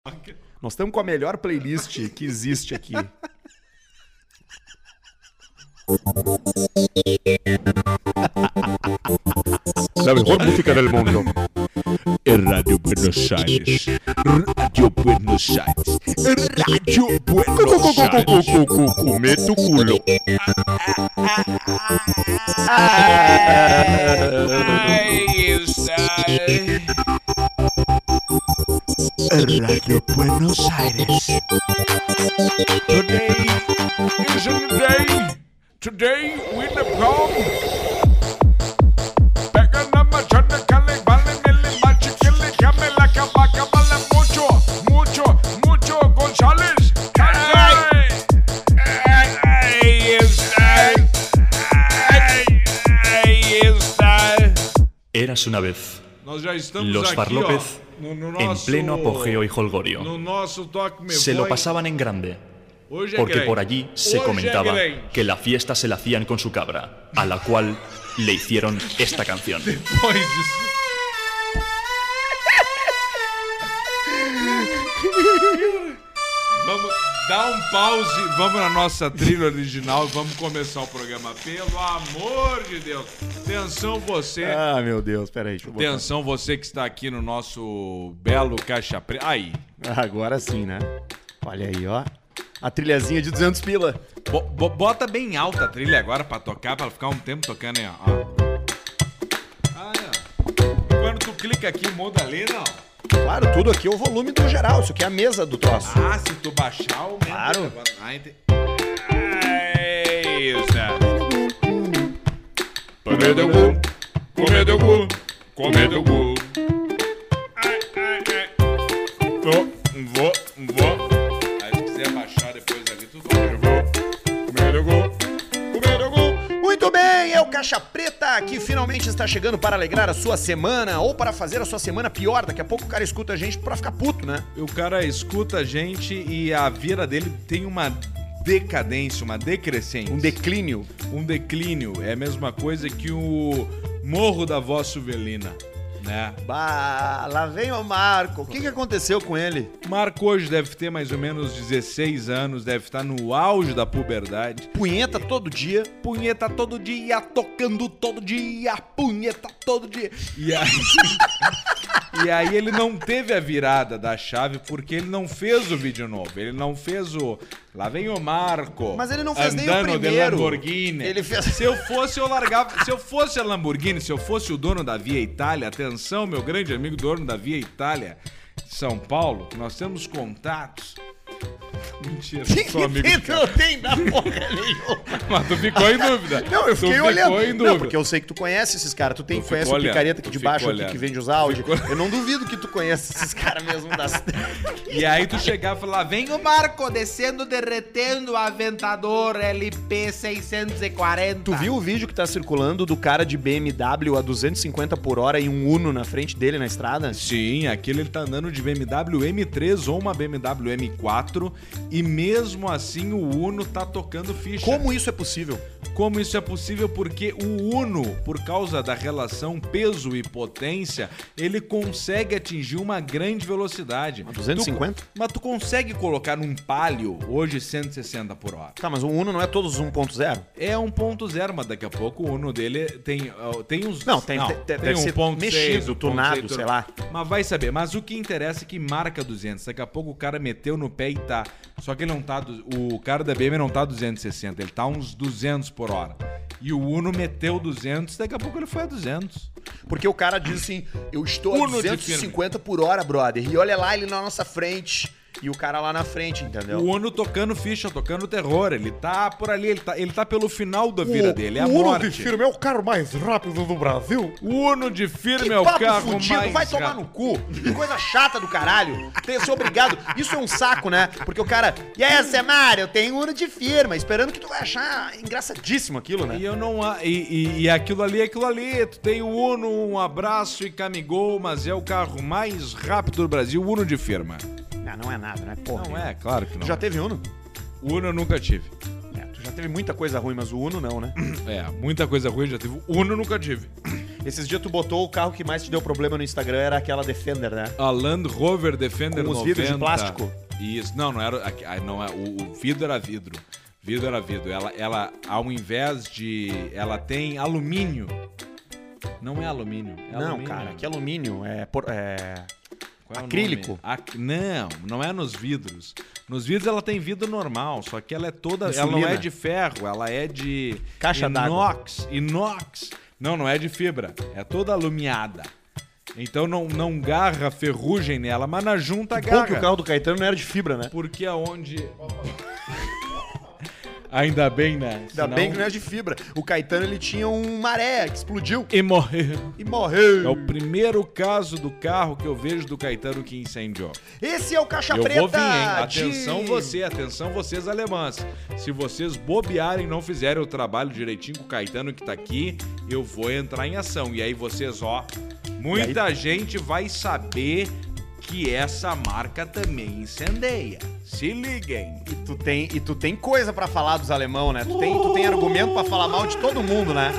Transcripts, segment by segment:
Nós estamos com a melhor playlist que existe aqui. La mejor música del mundo. Radio Buenos Aires. Radio Buenos Aires. Radio Buenos Aires. Come tu culo. Radio Buenos Aires. Today is a new day. Today we the prom. González. Eras una vez. Nós já estamos Los aqui, Farlópez, ó, no en nosso, pleno apogeo y holgorio, no nosso Toque Me se Voy. lo pasaban en grande, Hoje é porque grande. por allí se Hoje comentaba é grande. que la fiesta se la hacían con su cabra, a la cual le hicieron esta canción. Depois disso. Vamos dar um pause, vamos na nossa trilha original e vamos começar o programa. Pelo amor de Deus. Atenção você. Ah, meu Deus, peraí. Deixa eu botar. Atenção você que está aqui no nosso belo Caixa Preta. Aí. Agora sim, né? Olha aí, ó. A trilhazinha de 200 pila. Bota bem alta a trilha agora pra tocar, pra ficar um tempo tocando aí, ó. Ah, é. Quando tu clica aqui, muda ali, não. Claro, tudo aqui é o volume do geral. Isso aqui é a mesa do troço. Ah, se tu baixar o... Claro. Ah, é isso. Comer do cu, comer do cu, comer do cu. Ai, ai, ai. Vou. Aí se quiser baixar depois ali, tu vai. Comer do cu, comer do cu. Muito bem, é o Caixa Preta que finalmente está chegando para alegrar a sua semana ou para fazer a sua semana pior. Daqui a pouco o cara escuta a gente pra ficar puto, né? O cara escuta a gente e a vida dele tem uma decadência, uma decrescência. Um declínio. Um declínio. É a mesma coisa que o Morro da Voz Suvelina, né? Bah, lá vem o Marco. O que aconteceu com ele? Marco hoje deve ter mais ou menos 16 anos, deve estar no auge da puberdade. Punheta todo dia. Punheta todo dia, tocando todo dia, punheta todo dia. E aí ele não teve a virada da chave porque ele não fez o vídeo novo. Ele não fez o... Lá vem o Marco. Mas ele não fez nem o andando de primeiro. Lamborghini. Ele fez... Se eu fosse, eu largava... Se eu fosse a Lamborghini, se eu fosse o dono da Via Itália, atenção, meu grande amigo dono da Via Itália de São Paulo, nós temos contatos... Mentira, sou amigo do cara. Não tem da porra nenhuma. Mas tu ficou em dúvida. Não, eu fiquei olhando. Ficou em dúvida. Não, porque eu sei que tu conhece esses caras. Tu Tu conhece ficou o picareta olhando. aqui de baixo, Ficou aqui, olhando. que vende os áudios. Ficou- Eu não duvido que tu conhece esses caras mesmo das... E aí tu chegava e falava, vem o Marco descendo, derretendo o Aventador LP 640. Tu viu o vídeo que tá circulando do cara de BMW a 250 por hora e um Uno na frente dele na estrada? Sim, aquele ele tá andando de BMW M3 ou uma BMW M4 e mesmo assim o Uno tá tocando ficha. Como isso é possível? Como isso é possível? Porque o Uno, por causa da relação peso e potência, ele consegue atingir uma grande velocidade. A 250? Mas tu consegue colocar num Palio hoje 160 por hora. Tá, mas o Uno não é todos 1.0? É 1.0, mas daqui a pouco o Uno dele tem uns... Não, deve ser 1.6, mexido, tunado, 1.6, sei lá. Mas vai saber. Mas o que interessa é que marca 200. Daqui a pouco o cara meteu no pé e tá. Só que ele não tá... O cara da BMW não tá 260, ele tá uns 200 por hora. E o Uno meteu 200, daqui a pouco ele foi a 200. Porque o cara diz assim, eu estou a Uno de 250 por hora, brother. E olha lá ele na nossa frente. E o cara lá na frente, entendeu? O Uno tocando ficha, tocando terror. Ele tá por ali, ele tá pelo final da vida dele. É a morte. é o carro mais rápido do Brasil. O Uno de firme Que é o papo carro fudido, mais vai tomar rápido. no cu. Que coisa chata do caralho. Tem que ser obrigado. Isso é um saco, né? Porque o cara... E aí, Semar, eu tenho Uno de firma. Esperando que tu vai achar engraçadíssimo aquilo, né? E eu não... E aquilo ali. Tu tem o Uno, um abraço e camigol, mas é o carro mais rápido do Brasil, o Uno de firma. Não é nada, né? Porra. Não é, claro que não. Tu já teve Uno? O Uno eu nunca tive. Tu já teve muita coisa ruim, mas o Uno não, né? É, muita coisa ruim já tive. O Uno eu nunca tive. Esses dias tu botou o carro que mais te deu problema no Instagram, era aquela Defender, né? A Land Rover Defender Com os 90. vidros de plástico. Isso. Não era... Não, o vidro era vidro. Vidro era vidro. Ela, ao invés de... Ela tem alumínio. Não é alumínio. É Não, alumínio. cara, que alumínio. Qual é o acrílico. nome? Não é nos vidros. Nos vidros ela tem vidro normal, só que ela é toda... Insulina. Ela não é de ferro, ela é de... Caixa d'água. Inox. Não é de fibra. É toda alumiada. Então não garra ferrugem nela, mas na junta Bom que garra. o carro do Caetano não era de fibra, né? Porque aonde... Ainda bem, né? Ainda bem que não era de fibra. O Caetano, ele tinha um maré que explodiu E morreu. e morreu. É o primeiro caso do carro que eu vejo do Caetano que incendiou. Esse é o Caixa Eu Preta. vou vir, hein? de- Atenção vocês alemãs. Se vocês bobearem e não fizerem o trabalho direitinho com o Caetano que tá aqui, eu vou entrar em ação. E aí vocês, muita gente vai saber que essa marca também incendeia. Se liguem. E tu tem coisa pra falar dos alemão, né? Tu tem argumento pra falar mal de todo mundo, né?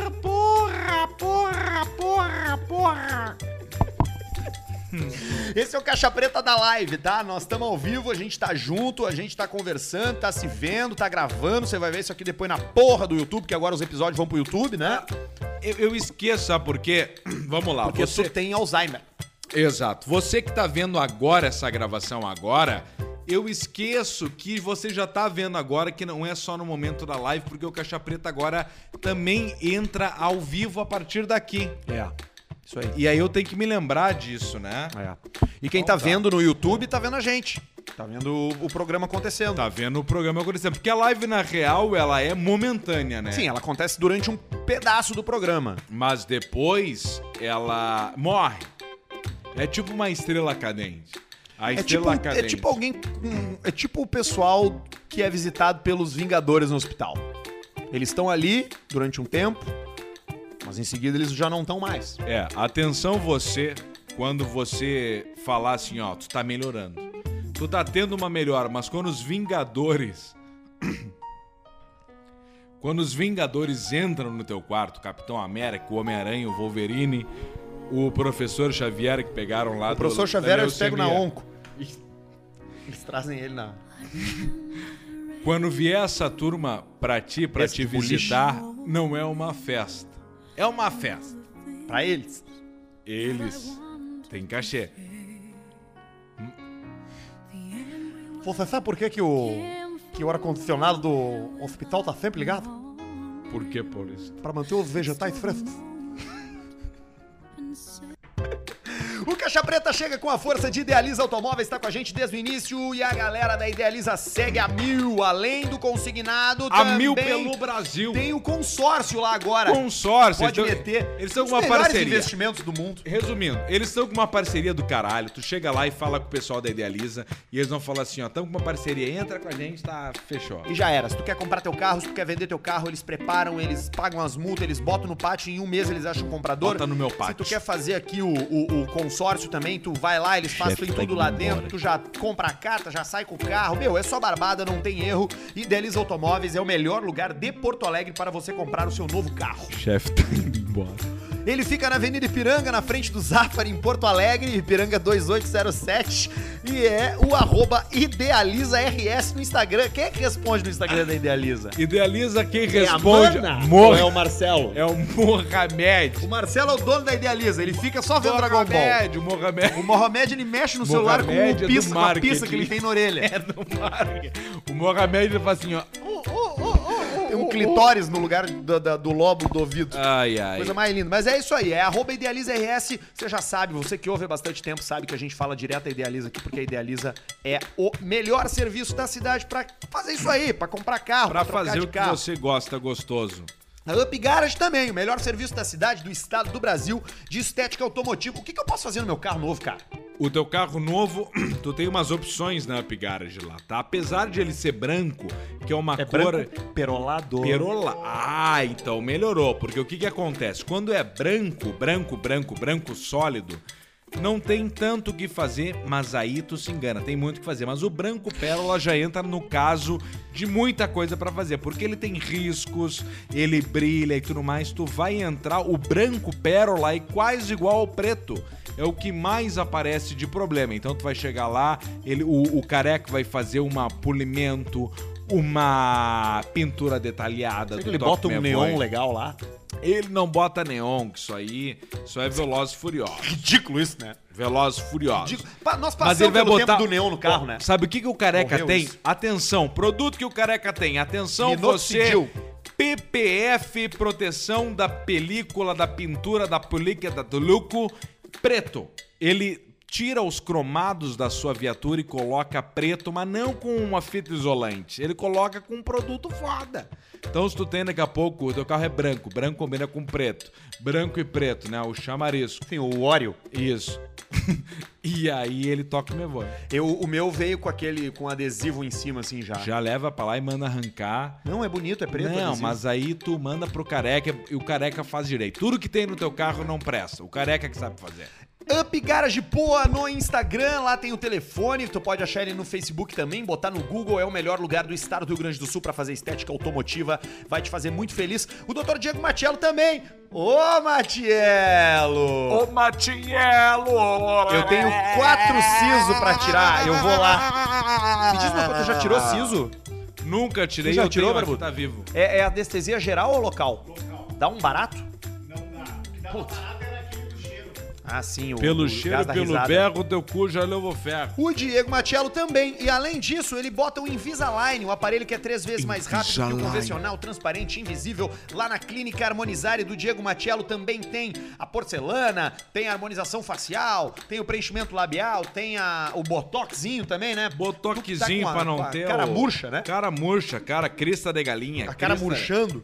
Porra. Esse é o Caixa Preta da live, tá? Nós estamos ao vivo, a gente tá junto, a gente tá conversando, tá se vendo, tá gravando. Você vai ver isso aqui depois na porra do YouTube, que agora os episódios vão pro YouTube, né? Eu esqueço, sabe por quê? Vamos lá. Porque tu tem Alzheimer. Exato. Você que tá vendo agora essa gravação agora, eu esqueço que você já tá vendo agora que não é só no momento da live, porque o Caixa Preta agora também entra ao vivo a partir daqui. É. Isso aí. E aí eu tenho que me lembrar disso, né? E quem tá vendo no YouTube tá vendo a gente. Tá vendo o programa acontecendo. Tá vendo o programa acontecendo. Porque a live, na real, ela é momentânea, né? Sim, ela acontece durante um pedaço do programa. Mas depois ela morre. É tipo uma estrela cadente. A estrela cadente. É tipo alguém. É tipo o pessoal que é visitado pelos Vingadores no hospital. Eles estão ali durante um tempo, mas em seguida eles já não estão mais. Atenção você, quando você falar assim, tu tá melhorando. Tu tá tendo uma melhora, mas quando os Vingadores... Quando os Vingadores entram no teu quarto, o Capitão América, o Homem-Aranha, o Wolverine, o Professor Xavier que pegaram lá... O professor Xavier eles pegam na leucemia. Onco. Eles trazem ele na... Quando vier essa turma pra te Festa de visitar, não é uma festa. É uma festa. Pra eles. Eles têm cachê. Você sabe por que o ar-condicionado do hospital tá sempre ligado? Por que, Paulista? Pra manter os vegetais frescos. O Caixa Preta chega com a força de Idealiza Automóveis, tá com a gente desde o início e a galera da Idealiza segue a 1000, além do consignado A também 1000 pelo Brasil. tem o consórcio lá agora. Consórcio. Pode meter. Eles estão Os com uma melhores parceria. investimentos do mundo. Resumindo, eles estão com uma parceria do caralho. Tu chega lá e fala com o pessoal da Idealiza e eles vão falar assim, tamo com uma parceria, entra com a gente, tá, fechou. E já era. Se tu quer comprar teu carro, se tu quer vender teu carro, eles preparam, eles pagam as multas, eles botam no pátio e em um mês eles acham um comprador. Bota no meu Se pátio. tu quer fazer aqui o consórcio também, tu vai lá, eles passam em tudo lá dentro, tu já compra a carta, já sai com o carro. Meu, é só barbada, não tem erro. Idealiza Automóveis é o melhor lugar de Porto Alegre para você comprar o seu novo carro. O chefe tá indo embora. Ele fica na Avenida Ipiranga, na frente do Zafari, em Porto Alegre, Ipiranga 2807. E é o @IdealizaRS no Instagram. Quem é que responde no Instagram da Idealiza? Idealiza quem É a responde. Mana? Mor- Ou é o Marcelo? É o Mohamed. O Marcelo é o dono da Idealiza, ele fica só vendo Dragon Ball. Mohamed, o Mohamed. O Mohamed, ele mexe no celular com Mohamed é o do pisa, com a marketing. pista que ele tem na orelha. É do Mark. O Mohamed ele fala assim, Tem um clitóris no lugar do lobo do ouvido. Ai, ai. Coisa mais linda. Mas é isso aí, é @IdealizaRS. Você já sabe, você que ouve há bastante tempo sabe que a gente fala direto a Idealiza aqui, porque a Idealiza é o melhor serviço da cidade pra fazer isso aí, pra comprar carro, Pra trocar fazer de o que carro. você gosta gostoso. A Up Garage também, o melhor serviço da cidade, do estado, do Brasil, de estética automotiva. O que eu posso fazer no meu carro novo, cara? O teu carro novo, tu tem umas opções na Up Garage lá, tá? Apesar de ele ser branco, que é uma cor... perolado. Perola. Ah, então melhorou. Porque o que acontece? Quando é branco sólido, não tem tanto o que fazer, mas aí tu se engana, tem muito o que fazer. Mas o Branco Pérola já entra no caso de muita coisa pra fazer, porque ele tem riscos, ele brilha e tudo mais. Tu vai entrar, o Branco Pérola é quase igual ao preto. É o que mais aparece de problema. Então tu vai chegar lá, o careca vai fazer um polimento, uma pintura detalhada. Será que ele bota um neon legal lá? Ele não bota neon, que isso aí é Velozes e Furiosos. Ridículo isso, né? Velozes e Furiosos. Nós Mas ele passamos vai pelo botar tempo do neon no carro, né? Sabe o que o careca Morreu tem? isso. Atenção, produto que o careca tem. Atenção, Minoxidil. você... PPF, proteção da película, da pintura, da película, do luco, preto. Ele tira os cromados da sua viatura e coloca preto, mas não com uma fita isolante. Ele coloca com um produto foda. Então, se tu tem daqui a pouco, o teu carro é branco. Branco combina com preto. Branco e preto, né? O chamarisco. Sim, o Oreo. Isso. E aí ele toca o meu voz. O meu veio com adesivo em cima, assim, já. Já leva pra lá e manda arrancar. Não, é bonito, é preto. Não, adesivo. mas aí tu manda pro careca e o careca faz direito. Tudo que tem no teu carro não presta. O careca que sabe fazer. Up Garage Poa no Instagram, lá tem o telefone, tu pode achar ele no Facebook também, botar no Google, é o melhor lugar do estado do Rio Grande do Sul pra fazer estética automotiva, vai te fazer muito feliz. O Dr. Diego Matiello também. Ô, Matiello! Ô, Matiello! Eu tenho 4 siso pra tirar, eu vou lá. Me diz uma coisa, tu já tirou siso? Nunca tirei, Tu já eu tirou, tenho aqui, Barbudo? tá vivo. É anestesia geral ou local? Dá um barato? Não dá. O que dá Putz. barato era aquele do cheiro. Ah, sim, Pelo o cheiro, gás da pelo risada. berro, teu cu já levou ferro. O Diego Matiello também. E além disso, ele bota o Invisalign, o aparelho que é 3 vezes mais rápido que o Invisalign. convencional, transparente, invisível. Lá na Clínica Harmonizare do Diego Matiello também tem a porcelana, tem a harmonização facial, tem o preenchimento labial, tem o botoxinho também, né? Botoxinho pra não ter cara o... murcha, né? Cara murcha, cara crista de galinha. A cara crista- murchando.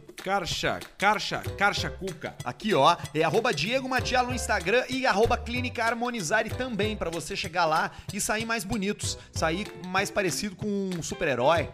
Carcha cuca. Aqui, ó, é @Diego Matiello no Instagram e @Clínica Harmonizare também, pra você chegar lá e sair mais bonitos, sair mais parecido com um super-herói.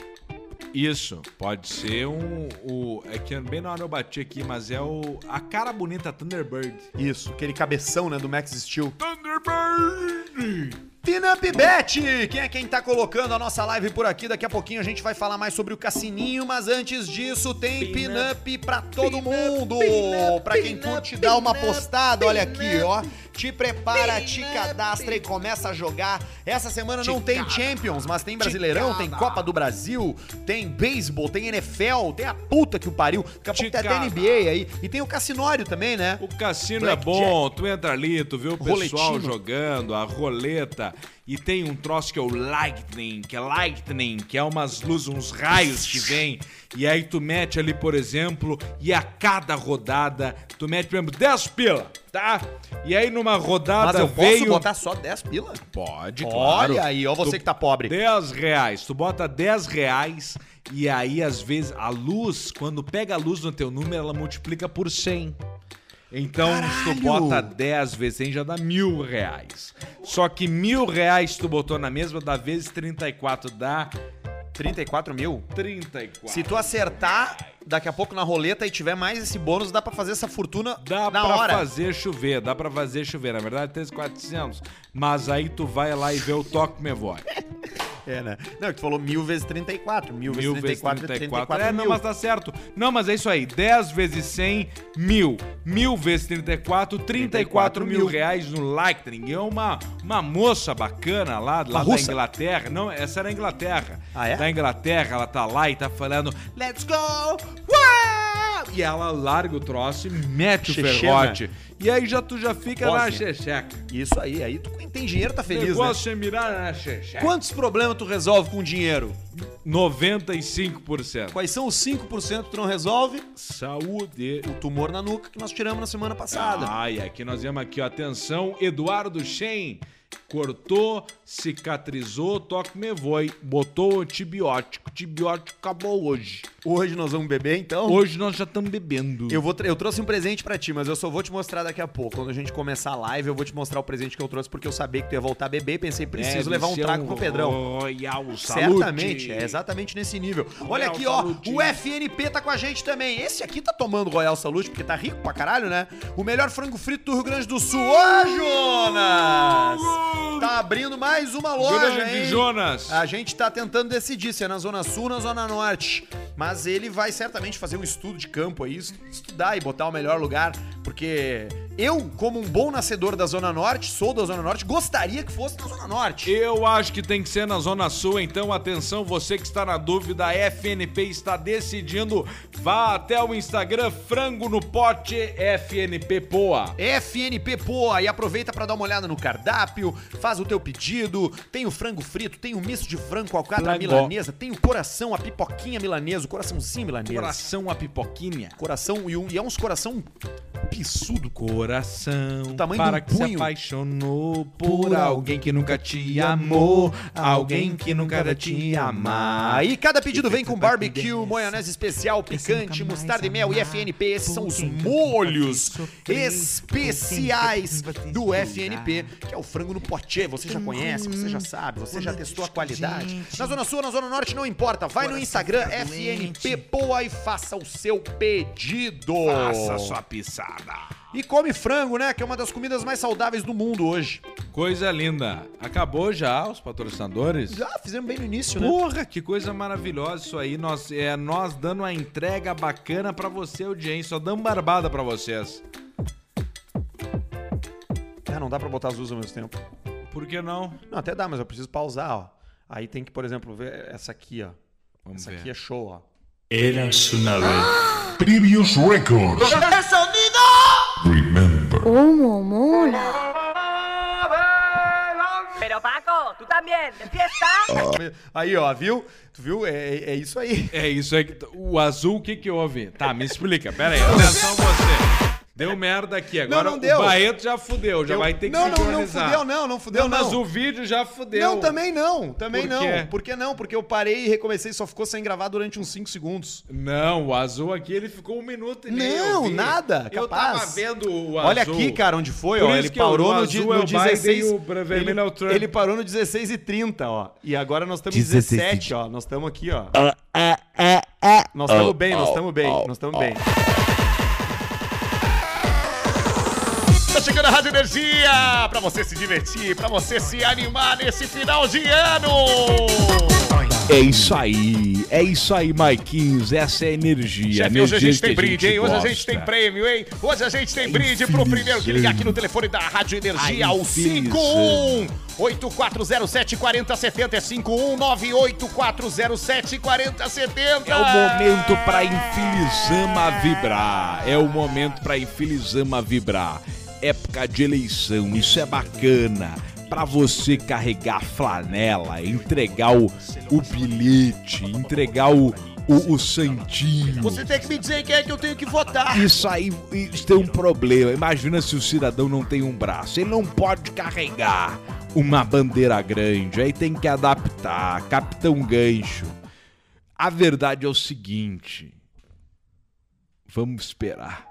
Isso, pode ser é que bem na hora eu bati aqui, mas é a cara bonita Thunderbird. Isso, aquele cabeção, né, do Max Steel. Thunderbird! Pinup Bet! Quem tá colocando a nossa live por aqui? Daqui a pouquinho a gente vai falar mais sobre o cassininho, mas antes disso tem Pinup pra todo mundo! Pra quem curte dar uma postada, olha aqui, ó. Te prepara, te cadastra e começa a jogar. Essa semana não tem Champions, mas tem Brasileirão, tem Copa do Brasil, tem beisebol, tem NFL, tem a puta que o pariu. Daqui a pouco tem até NBA aí. E tem o Cassinório também, né? O cassino Blackjack. é bom, tu entra ali, tu vê o pessoal Roletino. jogando, a roleta, e tem um troço que é o Lightning, que é umas luzes, uns raios que vem, e aí tu mete ali, por exemplo, e a cada rodada, tu mete, por exemplo, 10 pila, tá? E aí numa rodada Mas eu posso veio... botar só 10 pila? Pode, claro. Olha aí, ó você que tá pobre. 10 reais, tu bota 10 reais e aí às vezes a luz, quando pega a luz no teu número, ela multiplica por 100. Então, se tu Caralho! bota 10 vezes 100, já dá R$1.000. Só que R$1.000 tu botou na mesma, dá vezes 34, dá 34 mil? 34. Se tu acertar daqui a pouco na roleta e tiver mais esse bônus, dá pra fazer essa fortuna Dá na pra hora. fazer chover, dá pra fazer chover. Na verdade, 3.400. Mas aí tu vai lá e vê o toque me voz. É, né? Não, que tu falou 1000 vezes 34. 1000 vezes 34 é 34 É, não, mil. mas tá certo. Não, mas é isso aí. 10 vezes 100, 1.000. 1.000 vezes 34, 34 mil reais no Lightning. É uma moça bacana lá da russa? Inglaterra. Não, essa era a Inglaterra. Ah, é? Da Inglaterra, ela tá lá e tá falando Let's go! Uau! E ela larga o troço e mete Chechena. o ferrote. E aí tu já fica na Bósnia. checheca. Isso aí tu tem dinheiro, tá feliz, Negócio né? é mirar na checheca. Quantos problemas tu resolve com dinheiro? 95%. Quais são os 5% que tu não resolve? Saúde. O tumor na nuca que nós tiramos na semana passada. Ai, aqui nós vemos aqui, ó, atenção, Eduardo Shen, Cortou, cicatrizou, toque me voe. Botou antibiótico. Antibiótico acabou hoje. Hoje nós vamos beber, então? Hoje nós já estamos bebendo. Eu trouxe um presente pra ti, mas eu só vou te mostrar daqui a pouco. Quando a gente começar a live, eu vou te mostrar o presente que eu trouxe, porque eu sabia que tu ia voltar a beber e pensei, preciso levar um trago pro Pedrão. Royal Salute. Certamente, é exatamente nesse nível. Olha aqui, ó, Salute. o FNP tá com a gente também. Esse aqui tá tomando Royal Salute, porque tá rico pra caralho, né? O melhor frango frito do Rio Grande do Sul. Ô, Jonas! Tá abrindo mais uma loja, Grande hein? Jonas. A gente tá tentando decidir se é na Zona Sul ou na Zona Norte. Mas ele vai certamente fazer um estudo de campo aí, estudar e botar o melhor lugar, porque eu, como um bom nascedor da Zona Norte, sou da Zona Norte, gostaria que fosse na Zona Norte. Eu acho que tem que ser na Zona Sul, então atenção, você que está na dúvida, a FNP está decidindo, vá até o Instagram Frango no Pote FNP Poa. FNP Poa, e aproveita pra dar uma olhada no cardápio, faz o teu pedido, tem o frango frito, tem o misto de frango com alcatra Frango. milanesa, tem o coração, a pipoquinha milanesa, o coraçãozinho milanesa. Coração a pipoquinha. Coração, e é uns coração pissudo. Coração Tamanho para de um que se punho. apaixonou por alguém que nunca te amou, alguém que nunca vai te amar. Aí cada pedido vem com barbecue, maionese especial, picante, mostarda e mel e FNP. Esses são os molhos especiais do FNP, que é o frango no pote. Você já conhece, você já sabe, você já testou a qualidade. Na Zona Sul, na Zona Norte, não importa. Vai no Instagram FNP Poa e faça o seu pedido. Faça sua pisada. E come frango, né? Que é uma das comidas mais saudáveis do mundo hoje. Coisa linda. Acabou já os patrocinadores? Já fizemos bem no início, né? Porra, que coisa maravilhosa isso aí. Nós dando uma entrega bacana pra você, audiência. Só dando barbada pra vocês. Ah, não dá pra botar as duas ao mesmo tempo. Por que não? Não, até dá, mas eu preciso pausar, ó. Aí tem que, por exemplo, ver essa aqui, ó. Vamos Essa ver. aqui é show, ó. Eras una vez. Previous Records. Remember. ¿Cómo mola? Pero Paco, tú también, de fiesta. Aí, ó, viu? Tu viu? É isso aí. É isso aí. O azul, o que houve? Tá, me explica. Pera aí, atenção você. Deu merda aqui. Agora não deu. O Barreto já fudeu. Já vai ter que não sincronizar. não fudeu, Mas o vídeo já fudeu. Não, também não. Também Por não. quê? Por que não? Porque eu parei e recomecei e só ficou sem gravar durante uns 5 segundos. Não, o azul aqui, ele ficou 1 minuto e meio. Não, eu vi. nada, Eu capaz. tava vendo o azul. Olha aqui, cara, onde foi, Por ó. isso Ele que parou o no, azul é no o Biden 16. e o vermelho é o Trump. Ele parou no 16h30, ó. E agora nós estamos em 17, ó. Nós estamos aqui, ó. Nós estamos bem, nós estamos bem, nós estamos bem. Tá chegando a Rádio Energia pra você se divertir, pra você se animar nesse final de ano. É isso aí, Maiquinhos, essa é a energia. Chefe, hoje a gente tem que brinde, hein? Hoje a gente gosta. tem prêmio, hein? Hoje a gente tem brinde pro primeiro que ligar aqui no telefone da Rádio Energia, o 51-8407-4070. É 51-98407-4070. É o momento pra Infelizama vibrar. É o momento pra Infelizama vibrar. Época de eleição, isso é bacana. Pra você carregar a flanela, entregar o bilhete, entregar o santinho. Você tem que me dizer quem é que eu tenho que votar. Isso aí, isso tem um problema. Imagina se o cidadão não tem um braço. Ele não pode carregar uma bandeira grande. Aí tem que adaptar, Capitão Gancho. A verdade é o seguinte. Vamos esperar.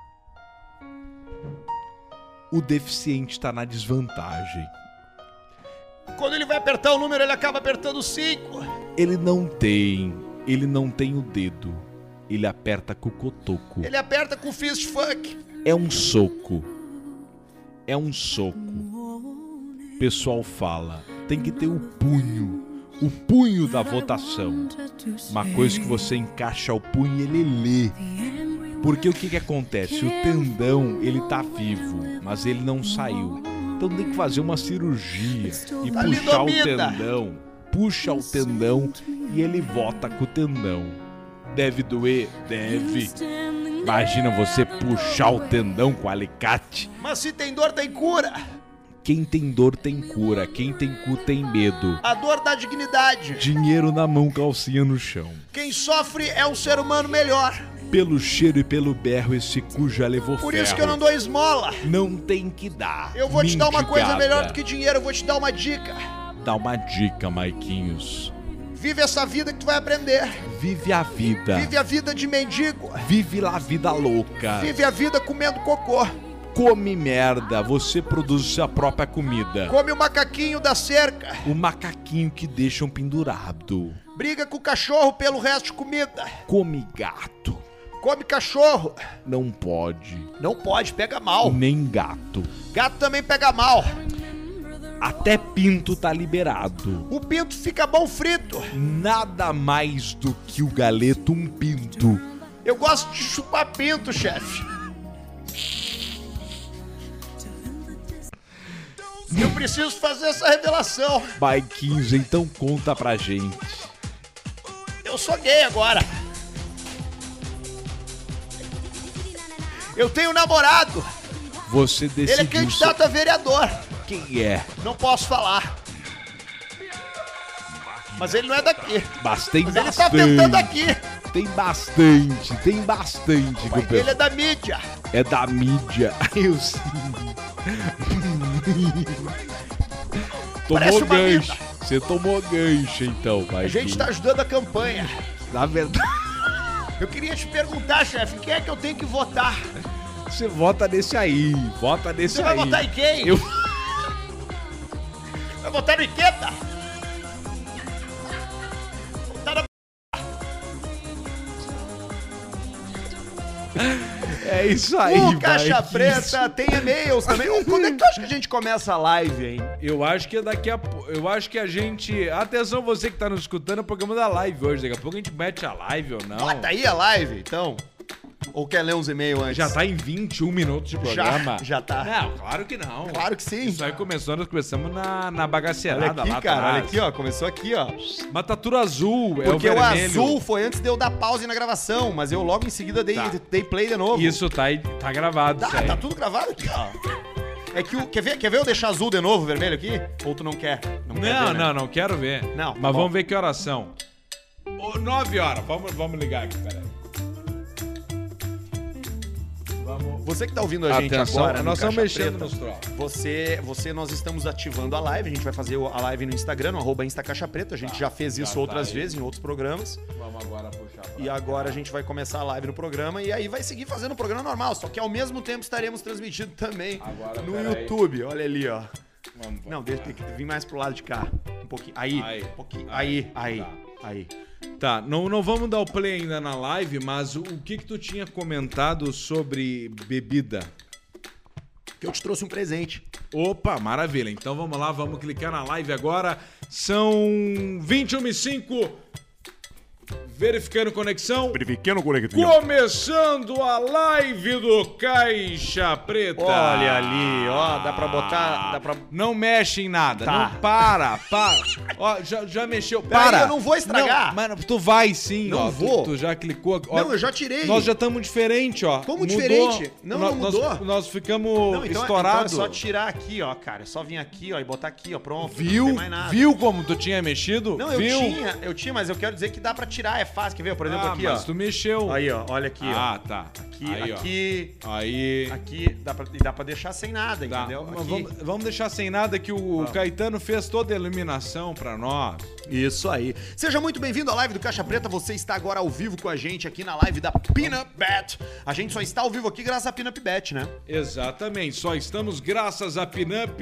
O deficiente tá na desvantagem. Quando ele vai apertar o número, ele acaba apertando 5. Ele não tem o dedo. Ele aperta com o cotoco. Ele aperta com o fist funk. É um soco. É um soco. O pessoal fala, tem que ter o punho da votação. Uma coisa que você encaixa o punho e ele lê. Porque o que acontece? O tendão, ele tá vivo, mas ele não saiu. Então tem que fazer uma cirurgia e puxar o tendão. Puxa o tendão e ele vota com o tendão. Deve doer? Deve. Imagina você puxar o tendão com alicate. Mas se tem dor, tem cura. Quem tem dor tem cura, quem tem cu tem medo. A dor dá dignidade. Dinheiro na mão, calcinha no chão. Quem sofre é um ser humano melhor. Pelo cheiro e pelo berro, esse cu já levou ferro. Por isso que eu não dou esmola. Não tem que dar. Eu vou te dar uma coisa mendigada. melhor do que dinheiro, eu vou te dar uma dica. Dá uma dica, Maiquinhos. Vive essa vida que tu vai aprender. Vive a vida. Vive a vida de mendigo. Vive lá a vida louca. Vive a vida comendo cocô. Come merda. Você produz sua própria comida. Come o macaquinho da cerca. O macaquinho que deixam pendurado. Briga com o cachorro pelo resto de comida. Come gato. Come cachorro. Não pode. Não pode, pega mal. Nem gato. Gato também pega mal. Até pinto tá liberado. O pinto fica bom frito. Nada mais do que o galeto um pinto. Eu gosto de chupar pinto, chefe. Eu preciso fazer essa revelação. Maiquinhos, então conta pra gente. Eu sou gay agora. Eu tenho um namorado. Você decidiu... Ele é candidato a vereador. Quem é? Não posso falar. Mas ele não é daqui. Mas tem Mas ele bastante. tá tentando aqui. Tem bastante. Tem bastante. Mas ele é da mídia. É da mídia. Eu sim. Parece Tomou uma gancho. mina. Você tomou gancho, então, A Maiquinhos. gente tá ajudando a campanha. Na verdade, Eu queria te perguntar, chefe, quem é que eu tenho que votar? você vota nesse aí. Vota nesse Você aí. vai votar em quem? Eu... Vai votar no Iqueta? Votar na... É isso aí, O Caixa Maiquinhos. Preta tem e-mails também. Quando é que tu acha que a gente começa a live, hein? Eu acho que daqui a pouco. Eu acho que a gente. Atenção, você que tá nos escutando, é o programa da live hoje. Daqui a pouco a gente mete a live ou não. Bota aí a live, então. Ou quer ler uns e-mails antes? Já tá em 21 minutos de programa. Já tá. Não, claro que não. Claro que sim. Isso aí começou, nós começamos na bagaceirada Olha aqui, lá cara, atrás. olha aqui, ó. Começou aqui, ó. Mas tá tudo azul, Porque é o o vermelho. azul foi antes de eu dar pause na gravação, mas eu logo em seguida dei, Tá. dei play de novo. Isso tá gravado. isso aí. Tá tudo gravado aqui, ó. É que o. Quer ver eu deixar azul de novo, vermelho aqui? Ou tu não quer? Quer ver, né? Não, quero ver. Não, Mas tá bom. vamos ver que horas são. 9 horas, vamos ligar aqui, peraí. Você que tá ouvindo a gente Atenção, agora, no nós estamos Caixa mexendo Preta, nos troços. nós estamos ativando a live, a gente vai fazer a live no Instagram, no @InstaCaixaPreta, a gente já fez isso outras vezes em outros programas, Vamos agora puxar pra e agora a gente vai começar a live no programa, e aí vai seguir fazendo o programa normal, só que ao mesmo tempo estaremos transmitindo também Agora, no peraí. YouTube, olha ali, ó. Vamos. Não, tem que vir mais pro lado de cá, um pouquinho, aí, Aí. um pouquinho, Tá. aí. Tá, não vamos dar o play ainda na live, mas o que tu tinha comentado sobre bebida? Que eu te trouxe um presente. Opa, maravilha. Então vamos lá, vamos clicar na live agora. São 21h05. Verificando conexão. Verificando conectivo. Começando a live do Caixa Preta. Olha ali, ó, dá pra botar, dá pra... Não mexe em nada. Tá. Não, para. Ó, já mexeu. Peraí, Para. eu não vou estragar. Não, mano, tu vai sim, Não ó. vou. Tu já clicou. Ó, Não, eu já tirei. Nós já estamos diferente, ó. Como diferente? Não, não Nós- mudou. Nós ficamos Não, então estourados. é só tirar aqui, ó, cara. É só vir aqui, ó, e botar aqui, ó, pronto. Viu? Não tem mais nada. Viu como tu tinha mexido? Não, eu Viu? tinha, mas eu quero dizer que dá pra tirar, é fácil. Quer ver? Por exemplo, aqui, ó. Mas tu mexeu. Aí, ó, olha aqui, ó. Tá. Aqui, Aí, ó. aqui, Aí. aqui, dá pra deixar sem nada, Tá. entendeu? Mas Aqui. vamos deixar sem nada que o Caetano fez toda a iluminação pra nós. Isso aí. Seja muito bem-vindo à live do Caixa Preta. Você está agora ao vivo com a gente aqui na live da Pinup Bet. A gente só está ao vivo aqui graças à Pinup Bet, né? Exatamente, só estamos graças a Pinup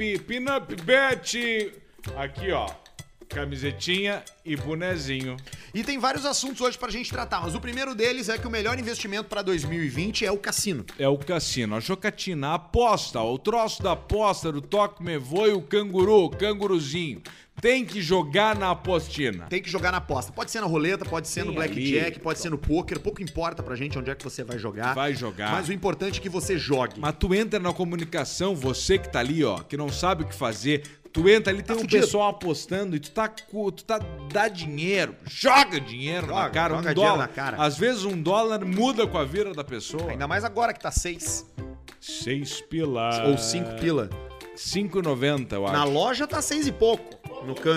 Bet. Aqui, ó, camisetinha e bonezinho. E tem vários assuntos hoje pra gente tratar, mas o primeiro deles é que o melhor investimento pra 2020 é o cassino. É o cassino, a jocatina, a aposta, o troço da aposta do toque me voe, o canguru, o canguruzinho. Tem que jogar na apostina. Tem que jogar na aposta. Pode ser na roleta, pode ser no Tem blackjack, ali. pode ser no poker. Pouco importa pra gente onde é que você vai jogar. Vai jogar. Mas o importante é que você jogue. Mas tu entra na comunicação, você que tá ali, ó, que não sabe o que fazer, tu entra ali, tem um fudido. pessoal apostando e tu tá dá dinheiro, joga dinheiro na Joga, cara, joga $1. dinheiro na cara. Às vezes $1 muda com a vida da pessoa. Ainda mais agora que tá 6 6 pila. ou 5 pila. 5,90, eu acho. Na loja tá 6 e pouco no câmbio.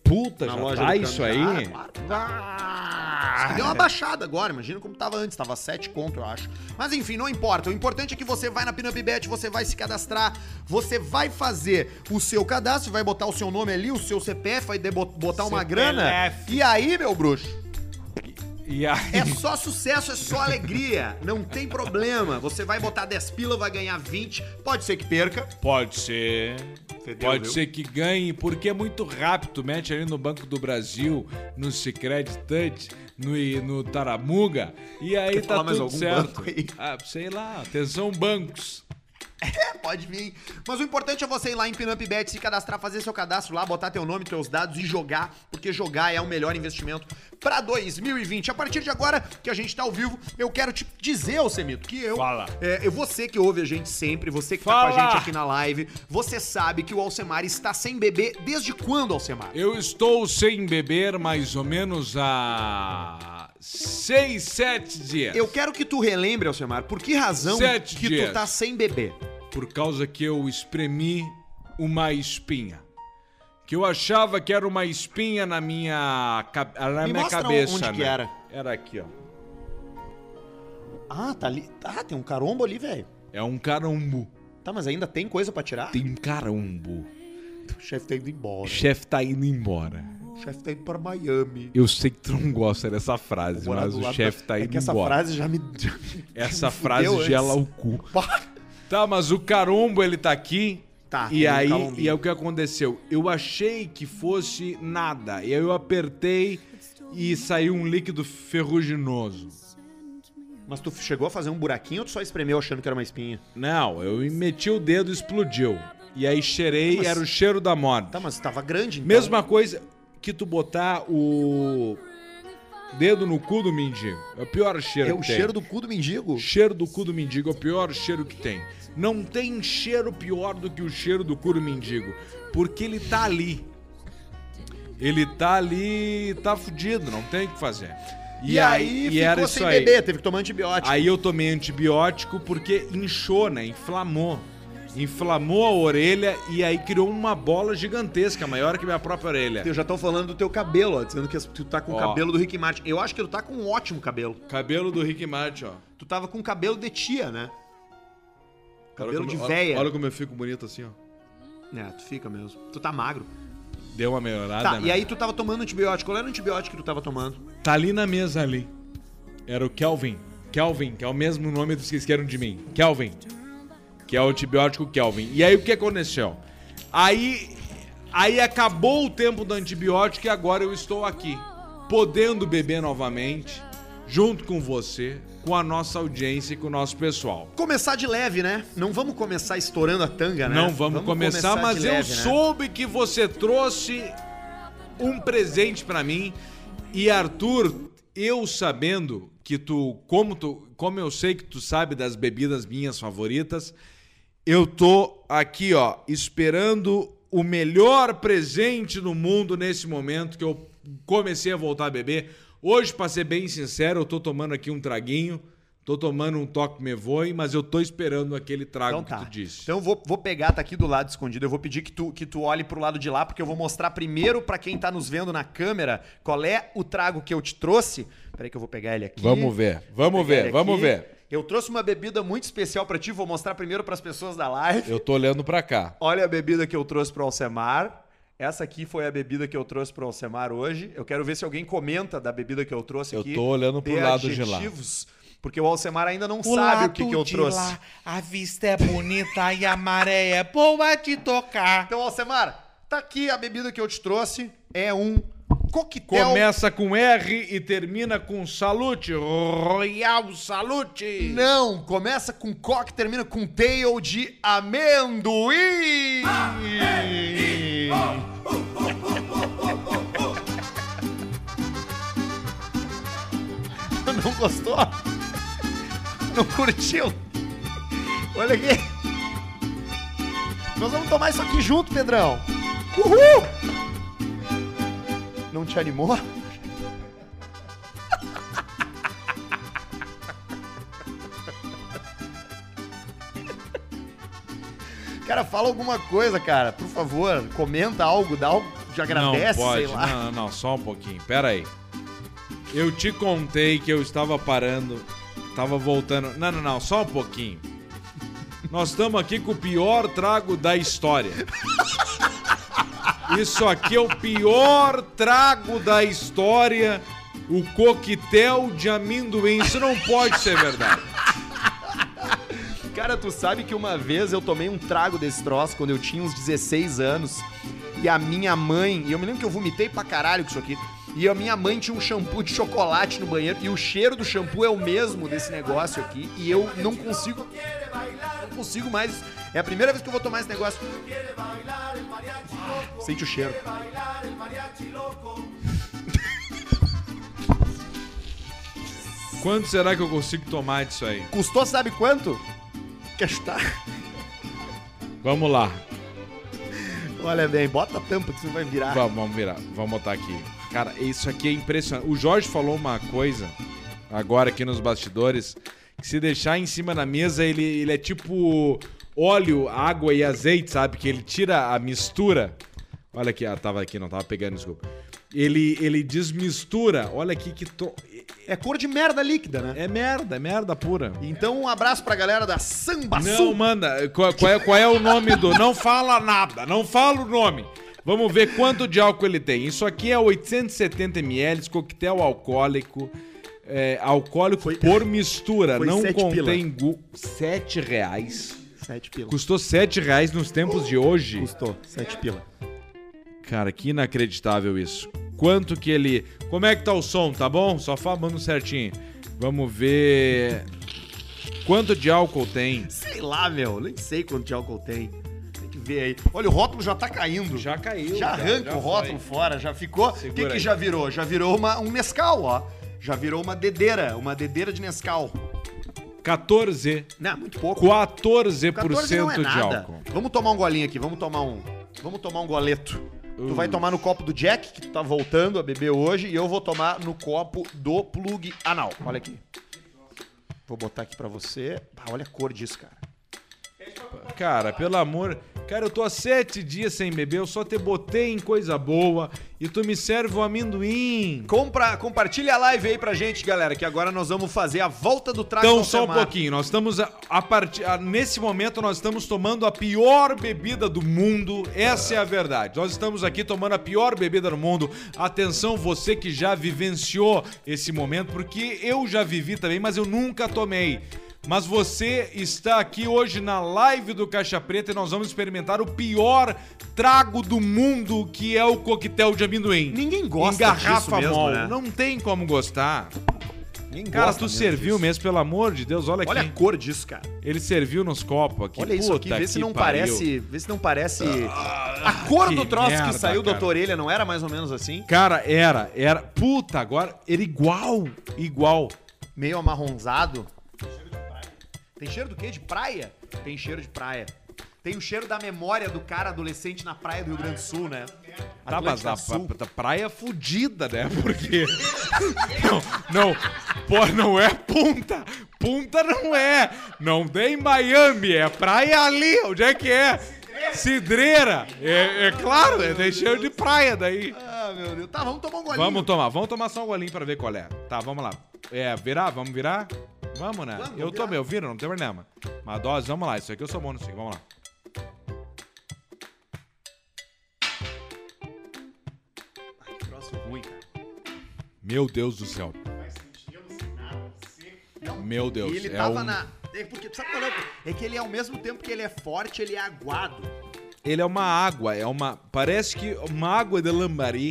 Puta, Na já loja tá do isso câmbio. aí? Claro. Deu uma baixada agora, imagina como tava antes, tava 7 conto, eu acho. Mas enfim, não importa, o importante é que você vai na PinUpBet, você vai se cadastrar, você vai fazer o seu cadastro, vai botar o seu nome ali, o seu CPF, vai botar uma grana, e aí, meu bruxo, E aí... é só sucesso, é só alegria, não tem problema. Você vai botar 10 pila, vai ganhar 20, pode ser que perca. Pode ser. Entendeu, Pode viu? ser que ganhe, porque é muito rápido. Tu mete ali no Banco do Brasil, no Sicredi Touch, no Taramuga, e aí Quer tá falar mais tudo algum certo. banco aí? Ah, sei lá, atenção bancos. Pode vir. Mas o importante é você ir lá em PinUpBet, se cadastrar, fazer seu cadastro lá, botar teu nome, teus dados e jogar, porque jogar é o melhor investimento pra 2020. A partir de agora, que a gente tá ao vivo, eu quero te dizer, Alcemito, que Fala. Você que ouve a gente sempre, você que tá Fala. com a gente aqui na live, você sabe que o Alcemar está sem beber desde quando, Alcemar? Eu estou sem beber mais ou menos há 6, 7 dias. Eu quero que tu relembre, Alcemar, por que razão 7 que dias. tu tá sem beber? Por causa que eu espremi uma espinha. Que eu achava que era uma espinha na minha, Me mostra cabeça. onde que era. Era aqui, ó. Ah, tá ali. Ah, tem um carombo ali, velho. É um carumbo. Tá, mas ainda tem coisa pra tirar? Tem um carumbo. O chefe tá indo embora. O chefe tá indo embora. O chefe tá indo para Miami. Eu sei que tu não gosta dessa frase, Morar mas do o lado chefe da- tá indo É que essa embora. frase já me Essa me frase fudeu gela antes. o cu. Pá. Tá, mas o carumbo, ele tá aqui. Tá, E tem um aí, calombinho. e é o que aconteceu. Eu achei que fosse nada. E aí eu apertei e saiu um líquido ferruginoso. Mas tu chegou a fazer um buraquinho ou tu só espremeu achando que era uma espinha? Não, eu meti o dedo e explodiu. E aí cheirei, Mas- era o cheiro da morte. Tá, mas tava grande então. Mesma coisa que tu botar o dedo no cu do mendigo. É o pior cheiro É que o tem. cheiro do cu do mendigo? O cheiro do cu do mendigo é o pior cheiro que tem. Não tem cheiro pior do que o cheiro do cu do mendigo. Porque ele tá ali. Ele tá ali, tá fudido, não tem o que fazer. E aí ficou era sem isso aí. beber, teve que tomar antibiótico. Aí eu tomei antibiótico porque inchou, né? Inflamou. Inflamou a orelha e aí criou uma bola gigantesca, maior que minha própria orelha. Eu já tô falando do teu cabelo, ó, dizendo que tu tá com o Ó. cabelo do Rick Martin. Eu acho que tu tá com um ótimo cabelo. Cabelo do Rick Martin, ó. Tu tava com cabelo de tia, né? Cabelo Olha de como- véia. Olha como eu fico bonito assim, ó. É, tu fica mesmo. Tu tá magro. Deu uma melhorada, Tá, né? e aí tu tava tomando antibiótico. Qual era o antibiótico que tu tava tomando? Tá ali na mesa ali. Era o Kelvin. Kelvin, que é o mesmo nome dos que esqueceram de mim. Kelvin. Que é o antibiótico Kelvin. E aí o que aconteceu? Aí acabou o tempo do antibiótico e agora eu estou aqui. Podendo beber novamente, junto com você, com a nossa audiência e com o nosso pessoal. Começar de leve, né? Não vamos começar estourando a tanga, né? Não vamos começar, mas de eu leve, né? soube que você trouxe um presente pra mim. E Arthur, eu sabendo que como eu sei que tu sabe das bebidas minhas favoritas, eu tô aqui, ó, esperando o melhor presente do mundo nesse momento que eu comecei a voltar a beber. Hoje, pra ser bem sincero, eu tô tomando aqui um traguinho, tô tomando um toque me voe, mas eu tô esperando aquele trago Então tá. que tu disse. Então eu vou pegar, tá aqui do lado escondido. Eu vou pedir que tu olhe pro lado de lá, porque eu vou mostrar primeiro pra quem tá nos vendo na câmera qual é o trago que eu te trouxe. Peraí que eu vou pegar ele aqui. Vamos ver, vamos Vou pegar ver, ele vamos aqui. ver. Eu trouxe uma bebida muito especial pra ti, vou mostrar primeiro pras pessoas da live. Eu tô olhando pra cá. Olha a bebida que eu trouxe pro Alcemar. Essa aqui foi a bebida que eu trouxe pro Alcemar hoje. Eu quero ver se alguém comenta da bebida que eu trouxe Eu aqui. tô olhando pro Dê lado de lá. adjetivos, porque o Alcemar ainda não sabe o que eu trouxe. Lá, a vista é bonita e a maré é boa de tocar. Então, Alcemar, tá aqui a bebida que eu te trouxe. É um coquetel. Começa com R e termina com salute. Royal Salute. Não, começa com coque, termina com tail de amendoim. Não gostou? Não curtiu? Olha aqui. Nós vamos tomar isso aqui junto, Pedrão. Uhul! Não te animou? Cara, fala alguma coisa, cara. Por favor, comenta algo, te agradece, não pode. sei lá. Não, só um pouquinho. Pera aí. Eu te contei que eu estava parando, tava voltando. Não, só um pouquinho. Nós estamos aqui com o pior trago da história. Isso aqui é o pior trago da história. O coquetel de amendoim. Isso não pode ser verdade. Cara, tu sabe que uma vez eu tomei um trago desse troço quando eu tinha uns 16 anos. E a minha mãe... E eu me lembro que eu vomitei pra caralho com isso aqui. E a minha mãe tinha um shampoo de chocolate no banheiro. E o cheiro do shampoo é o mesmo desse negócio aqui. E eu não consigo mais. É a primeira vez que eu vou tomar esse negócio. Sente o cheiro. Quanto será que eu consigo tomar disso aí? Custou sabe quanto? Quer chutar? Vamos lá. Olha bem, bota a tampa que você vai virar. Vamos virar. Vamos botar aqui. Cara, isso aqui é impressionante. O Jorge falou uma coisa agora aqui nos bastidores, que se deixar em cima da mesa, ele é tipo óleo, água e azeite, sabe? Que ele tira a mistura. Olha aqui, tava aqui, não tava pegando, desculpa. Ele desmistura. Olha aqui que... É cor de merda líquida, né? É merda pura. Então um abraço pra galera da Samba Não, Sul. manda. Qual é o nome do... Não fala nada, não fala o nome. Vamos ver quanto de álcool ele tem. Isso aqui é 870 ml, coquetel alcoólico. Alcoólico por mistura. Foi Não 7 contém... R$7. 7 pila. Custou R$7 nos tempos de hoje. Custou 7 pila. Cara, que inacreditável isso. Quanto que ele... Como é que tá o som, tá bom? Só falando certinho. Vamos ver... Quanto de álcool tem? Sei lá, meu. Nem sei quanto de álcool tem. Tem que ver aí. Olha, o rótulo já tá caindo. Já caiu. Já arranca o rótulo fora. Já ficou... O que aí. já virou? Já virou um Nescau, ó. Já virou uma dedeira. Uma dedeira de Nescau. 14. Não, muito pouco. 14% 14 não é de nada. álcool. Vamos tomar um golinho aqui. Vamos tomar um goleto. Tu vai tomar no copo do Jack, que tu tá voltando a beber hoje, e eu vou tomar no copo do plug anal. Olha aqui. Vou botar aqui pra você. Ah, olha a cor disso, cara. Cara, pelo amor... Cara, eu tô há 7 dias sem beber, eu só te botei em coisa boa e tu me serve o amendoim. Compartilha a live aí pra gente, galera, que agora nós vamos fazer a volta do trago. Então, só um pouquinho. Nós estamos, nesse momento, nós estamos tomando a pior bebida do mundo. Essa é a verdade. Nós estamos aqui tomando a pior bebida do mundo. Atenção, você que já vivenciou esse momento, porque eu já vivi também, mas eu nunca tomei. Mas você está aqui hoje na live do Caixa Preta e nós vamos experimentar o pior trago do mundo, que é o coquetel de amendoim. Ninguém gosta em garrafa disso mesmo, mol. né? Não tem como gostar. Ninguém Cara, gosta tu mesmo serviu disso. mesmo, pelo amor de Deus, olha aqui. Olha a cor disso, cara. Ele serviu nos copos aqui. Olha isso aqui, Puta vê se não pariu. parece. Vê se não parece. A cor que do troço merda, que saiu da cara. tua orelha não era mais ou menos assim? Cara, era. Puta, agora era igual. Meio amarronzado. Tem cheiro do quê? De praia? Tem cheiro de praia. Tem o cheiro da memória do cara adolescente na praia do Rio Grande do Sul, né? Tá, mas Atlântica a Sul. praia fudida, né? Porque... não é punta. Punta não é. Não tem Miami, é praia ali. Onde é que é? Cidreira. É claro, tem cheiro de praia daí. Ah, meu Deus. Tá, vamos tomar um golinho. Vamos tomar só um golinho pra ver qual é. Tá, vamos lá. Vamos virar? Vamos, né? Vamos Eu virar. tomei, eu viro, não tem problema. Uma dose, vamos lá. Isso aqui eu sou bom nisso aqui, vamos lá. Que troço ruim, cara. Meu Deus do céu. Meu Deus. E ele tava na... É porque, sabe qual é? É que ele, ao mesmo tempo que ele é forte, ele é aguado. Ele é uma água, parece que uma água de lambari.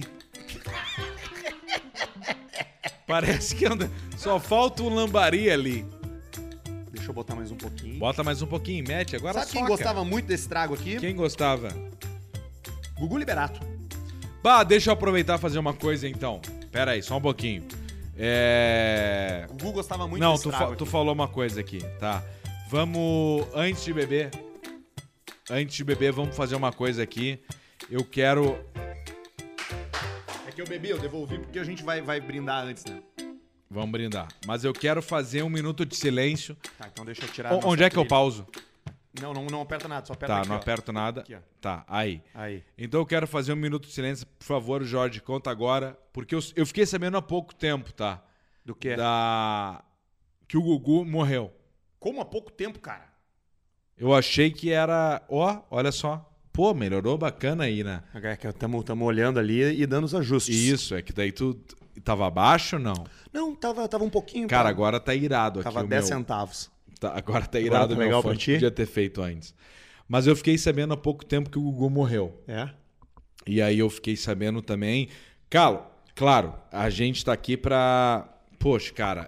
Parece que só falta um lambari ali. Deixa eu botar mais um pouquinho. Bota mais um pouquinho, mete, agora Sabe quem soca. gostava muito desse trago aqui? Quem gostava? Gugu Liberato. Bah, deixa eu aproveitar e fazer uma coisa então. Pera aí, só um pouquinho. Gugu gostava muito Não, desse trago tu aqui. falou uma coisa aqui, tá? Vamos, antes de beber, vamos fazer uma coisa aqui. Eu quero... É que eu bebi, eu devolvi porque a gente vai brindar antes, né? Vamos brindar. Mas eu quero fazer um minuto de silêncio. Tá, então deixa eu tirar a Onde nossa é que eu trilha. pauso? Não aperta nada, só aperta Tá, aqui, não ó. aperto nada. Aqui, ó. Tá, aí. Aí. Então eu quero fazer um minuto de silêncio. Por favor, Jorge, conta agora. Porque eu fiquei sabendo há pouco tempo, tá? Do quê? Que o Gugu morreu. Como há pouco tempo, cara? Eu achei que era... olha só. Pô, melhorou bacana aí, né? Estamos olhando ali e dando os ajustes. Isso, é que daí tu tava abaixo ou não? Não, tava um pouquinho. Cara, agora tá irado aqui Tava o 10 meu... centavos. Agora tá irado tá o meu legal fone, pra ti? Podia ter feito antes. Mas eu fiquei sabendo há pouco tempo que o Gugu morreu. É? E aí eu fiquei sabendo também... Claro, a gente tá aqui pra... Poxa, cara,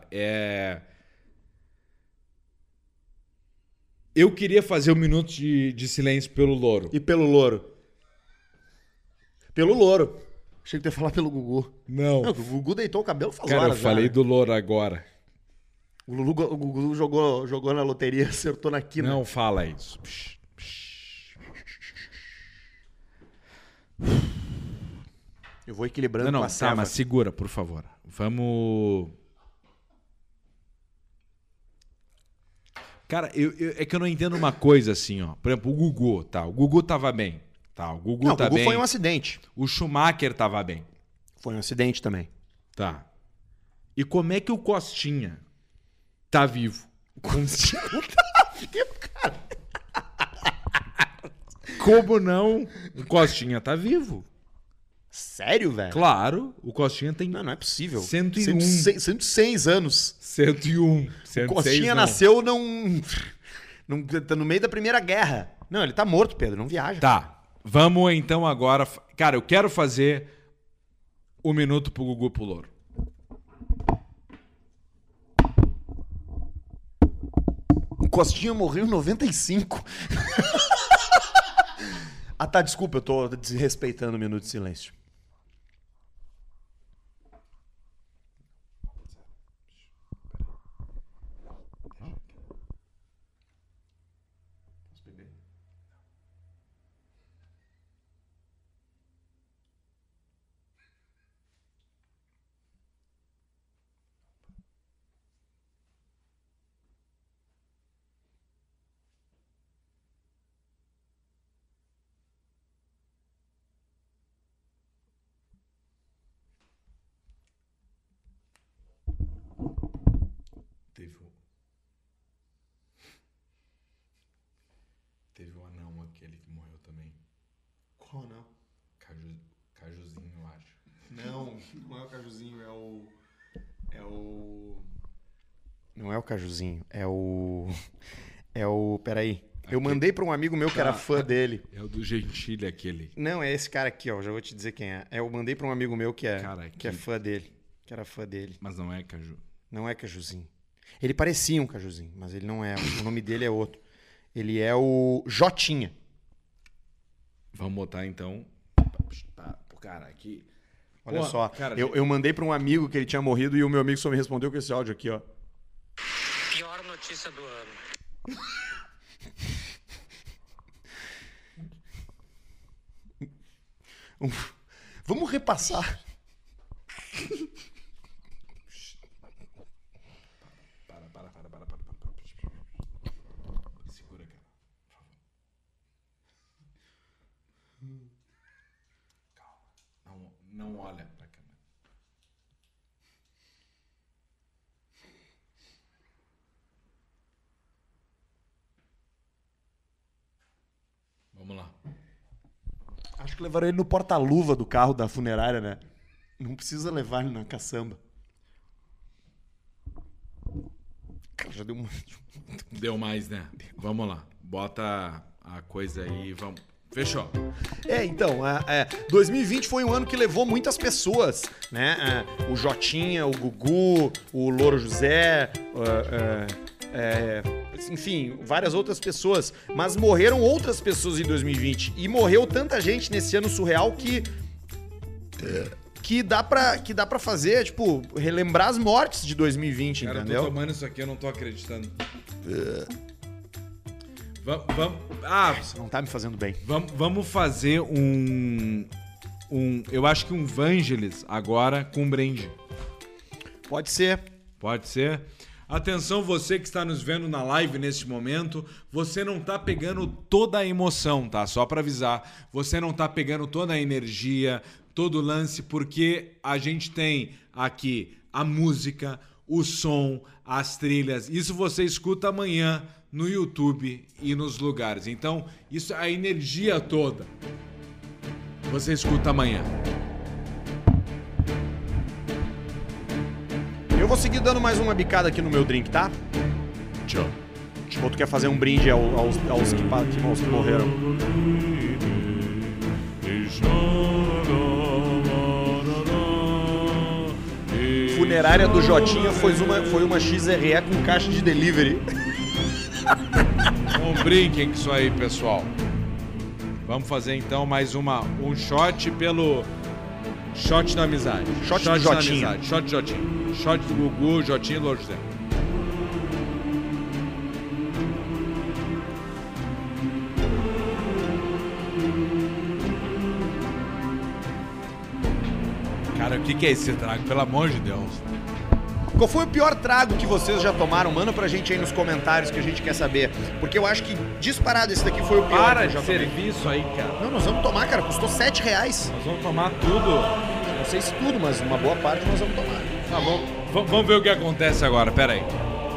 Eu queria fazer um minuto de silêncio pelo Louro. E pelo Louro? Pelo Louro. Achei que tu ia falar pelo Gugu. Não. Não, o Gugu deitou o cabelo faz Cara, eu horas já, falei né? do Louro agora. O Gugu jogou na loteria, acertou na quina. Não fala isso. Eu vou equilibrando Não, com a tá, serva. mas segura, por favor. Vamos... Cara, é que eu não entendo uma coisa assim, ó. Por exemplo, o Gugu, tá? O Gugu tava bem. Tá, o Gugu Não, tá o Gugu bem. foi um acidente. O Schumacher tava bem. Foi um acidente também. Tá. E como é que o Costinha tá vivo? Costinha não tá vivo, cara. Como não? O Costinha tá vivo. Sério, velho? Claro, o Costinha tem... Não é possível. 101. 106 anos. 101. O Costinha nasceu no meio da Primeira Guerra. Não, ele tá morto, Pedro. Não viaja. Tá. Vamos então agora... Cara, eu quero fazer o minuto pro Gugu pro Louro. O Costinha morreu em 95. Ah, tá. Desculpa, eu tô desrespeitando o minuto de silêncio. Teve o anão, aquele que morreu também. Qual não? Cajuzinho, eu acho. Não é o Cajuzinho, Não é o Cajuzinho, é o... Peraí. Eu mandei pra um amigo meu que era fã dele. É o do Gentili, aquele. Não, é esse cara aqui, ó. Já vou te dizer quem é. Eu mandei pra um amigo meu que é fã dele. Que era fã dele. Mas não é Caju. Não é Cajuzinho. Ele parecia um Cajuzinho, mas ele não é. O nome dele é outro. Ele é o Jotinha. Vamos botar então. Cara, aqui. Olha Pô, só. cara, eu mandei pra um amigo que ele tinha morrido e o meu amigo só me respondeu com esse áudio aqui, ó. Pior notícia do ano. Vamos repassar. Para. Segura, cara. Por favor. Calma. Não olha pra câmera. Vamos lá. Acho que levaram ele no porta-luva do carro da funerária, né? Não precisa levar ele na caçamba. Cara, já deu muito. Deu mais, né? Vamos lá. Bota a coisa aí, vamos. Fechou. Então, 2020 foi um ano que levou muitas pessoas, né? O Jotinha, o Gugu, o Louro José, enfim, várias outras pessoas. Mas morreram outras pessoas em 2020. E morreu tanta gente nesse ano surreal que dá pra fazer, tipo, relembrar as mortes de 2020, Cara, entendeu? eu tô tomando isso aqui, eu não tô acreditando. Vamos. Isso não tá me fazendo bem. Vamos fazer eu acho que um Vangelis agora com brinde. Pode ser. Pode ser? Atenção, você que está nos vendo na live neste momento, você não tá pegando toda a emoção, tá? Só para avisar, você não tá pegando toda a energia, todo o lance, porque a gente tem aqui a música, o som, as trilhas. Isso você escuta amanhã no YouTube e nos lugares. Então, isso é a energia toda. Você escuta amanhã. Eu vou seguir dando mais uma bicada aqui no meu drink, tá? Tchau. Ou tu quer fazer um brinde aos que morreram? Funerária do Jotinha foi uma XRE com caixa de delivery. Não brinquem com isso aí, pessoal. Vamos fazer então mais um shot pelo... Shot da amizade. Shot do Jotinha. Amizade. Shot do Jotinha. Shot do Gugu, Jotinha e Lourdes. Cara, o que é esse trago? Pelo amor de Deus. Qual foi o pior trago que vocês já tomaram? Manda pra gente aí nos comentários que a gente quer saber. Porque eu acho que disparado esse daqui foi o pior. Para que eu de já tomei. servir isso aí, cara. Não, nós vamos tomar, cara. Custou R$7. Nós vamos tomar tudo. Não sei se tudo, mas uma boa parte nós vamos tomar. Tá bom. Vamos ver o que acontece agora. Pera aí.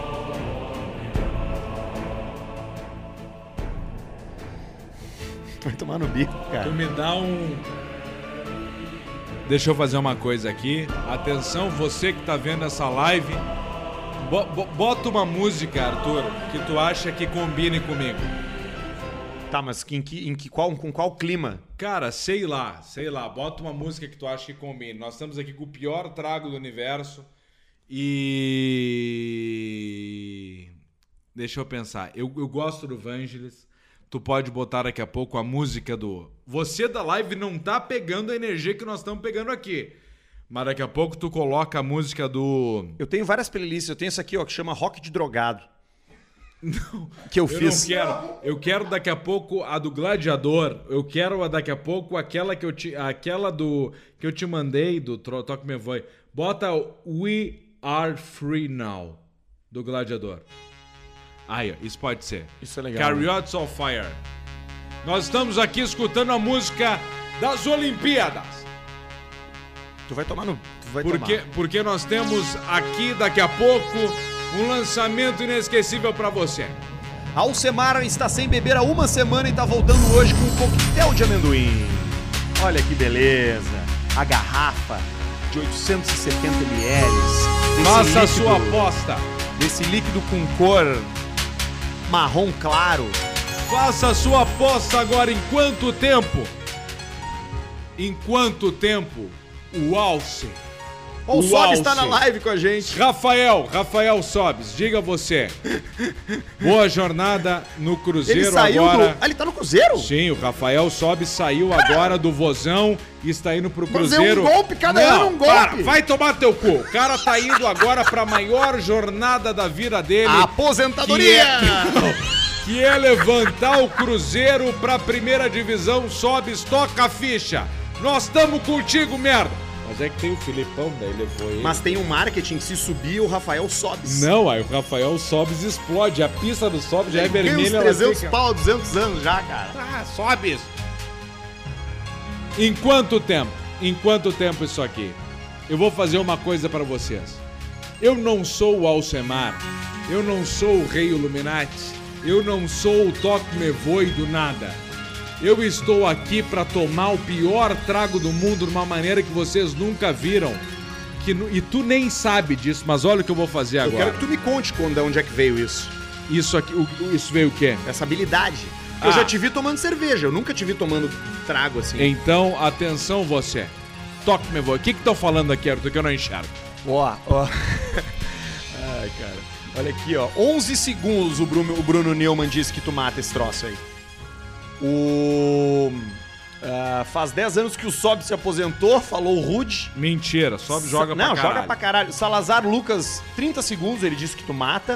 Vai tomar no bico, cara. Tu me dá um... Deixa eu fazer uma coisa aqui. Atenção, você que tá vendo essa live, bota uma música, Arthur, que tu acha que combine comigo. Tá, mas com qual clima? Cara, sei lá. Bota uma música que tu acha que combine. Nós estamos aqui com o pior trago do universo e... Deixa eu pensar. Eu gosto do Vangelis. Tu pode botar daqui a pouco a música do... Você da live não tá pegando a energia que nós estamos pegando aqui. Mas daqui a pouco tu coloca a música do... Eu tenho várias playlists. Eu tenho essa aqui, ó, que chama Rock de Drogado. Não, que eu fiz. Não quero. Eu quero daqui a pouco a do Gladiador. Eu quero daqui a pouco aquela que eu te mandei do Toque Me Voe. Bota o We Are Free Now do Gladiador. Aí, ó, isso pode ser. Isso é legal. Chariots of Fire. Nós estamos aqui escutando a música das Olimpíadas. Tu vai tomar no... Porque nós temos aqui, daqui a pouco, um lançamento inesquecível pra você. Alcemar está sem beber há uma semana e tá voltando hoje com um coquetel de amendoim. Olha que beleza. A garrafa de 870 ml. Faça a sua aposta. Desse líquido com cor marrom claro. Faça a sua aposta agora. Em quanto tempo o Alce... O Sobs está na live com a gente. Rafael Sobs, diga você. Boa jornada no Cruzeiro. Ele saiu agora. Ele tá no Cruzeiro? Sim, o Rafael Sobs saiu agora do Vozão e está indo pro Cruzeiro. Mas é um golpe, cada ano um golpe. Para, vai tomar teu cu. O cara tá indo agora pra maior jornada da vida dele. A aposentadoria. Que é levantar o Cruzeiro pra primeira divisão. Sobs, toca a ficha. Nós estamos contigo, merda. Mas é que tem o Filipão, daí levou ele. Mas tem um marketing, se subir, o Rafael Sobs. Não, aí o Rafael Sobs explode. A pista do Sobs já é vermelha. Tem uns 300 pau, 200 anos já, cara. Ah, Sobs. Em quanto tempo isso aqui? Eu vou fazer uma coisa pra vocês. Eu não sou o Alcemar. Eu não sou o Rei Illuminati. Eu não sou o Toque Me Voe do nada. Eu estou aqui para tomar o pior trago do mundo de uma maneira que vocês nunca viram. E tu nem sabe disso, mas olha o que eu vou fazer agora. Eu quero que tu me conte onde é que veio isso. Isso veio o quê? Essa habilidade. Eu já te vi tomando cerveja, eu nunca te vi tomando trago assim. Então, atenção você. Toque me voe. O que estão falando aqui, Arthur, que eu não enxergo? Ó. Ai, cara. Olha aqui, ó. 11 segundos o Bruno Neumann disse que tu mata esse troço aí. Faz 10 anos que o Sob se aposentou, falou o Rude. Mentira, Sob joga pra caralho. Não, joga pra caralho. Salazar Lucas, 30 segundos, ele disse que tu mata.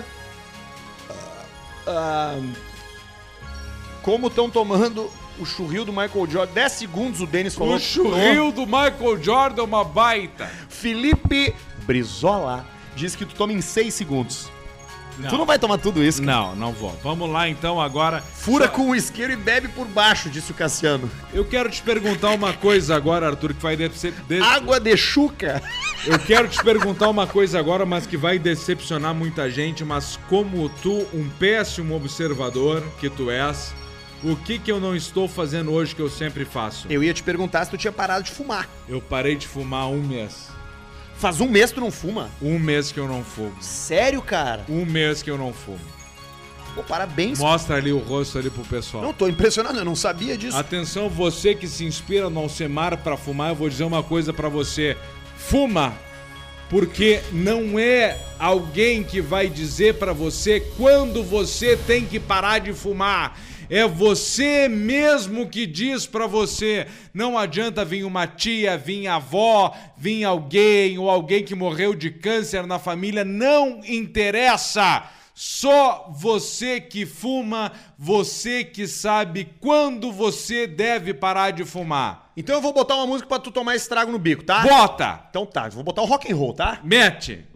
Como estão tomando o churril do Michael Jordan? 10 segundos o Denis falou. O churril do Michael Jordan é uma baita. Felipe Brizola diz que tu toma em 6 segundos. Tu não vai tomar tudo isso, cara. Não vou. Vamos lá então agora. Fura com o isqueiro e bebe por baixo, disse o Cassiano. Eu quero te perguntar uma coisa agora, Arthur, que vai Água de chuca. Eu quero te perguntar uma coisa agora, mas que vai decepcionar muita gente, mas como tu, um péssimo observador que tu és, o que eu não estou fazendo hoje que eu sempre faço? Eu ia te perguntar se tu tinha parado de fumar. Eu parei de fumar há 1 mês. Faz 1 mês que tu não fuma? 1 mês que eu não fumo. Sério, cara? 1 mês que eu não fumo. Pô, parabéns. Mostra ali o rosto ali pro pessoal. Não, tô impressionado, eu não sabia disso. Atenção, você que se inspira no Alcemar pra fumar, eu vou dizer uma coisa pra você. Fuma, porque não é alguém que vai dizer pra você quando você tem que parar de fumar. É você mesmo que diz pra você. Não adianta vir uma tia, vir a avó, vir alguém ou alguém que morreu de câncer na família. Não interessa. Só você que fuma, você que sabe quando você deve parar de fumar. Então eu vou botar uma música pra tu tomar estrago no bico, tá? Bota! Então tá, eu vou botar o rock and roll, tá? Mete!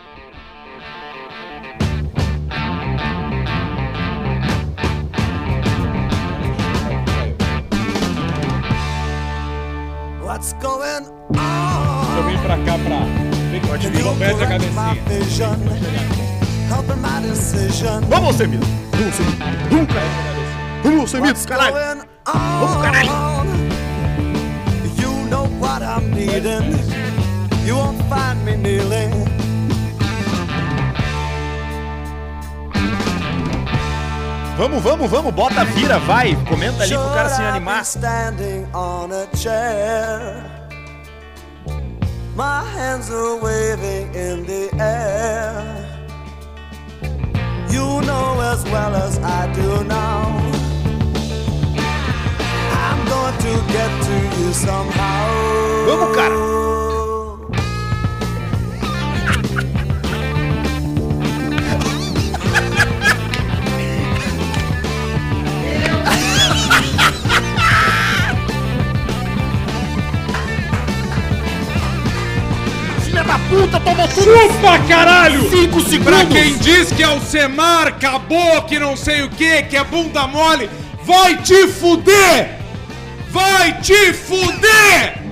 What's going on? Eu vim pra cá pra... Não mete a cabecinha. Helping my decision. Vamos, Alcemito! Vamos, Alcemito! Vamos, Alcemito, caralho! Vamos, caralho! You know what I'm needing. You won't find me kneeling. Vamos, bota, vira, vai! Comenta ali pro cara se animar. Standing on a chair. My hands are waving in the air. You know as well as I do now, I'm going to get to you somehow. Vamos, cara! Filha da puta, tomou tudo! Chupa, caralho! 5 segundos! Pra quem diz que Alcemar acabou, que não sei o que é bunda mole, vai te fuder! Vai te fuder!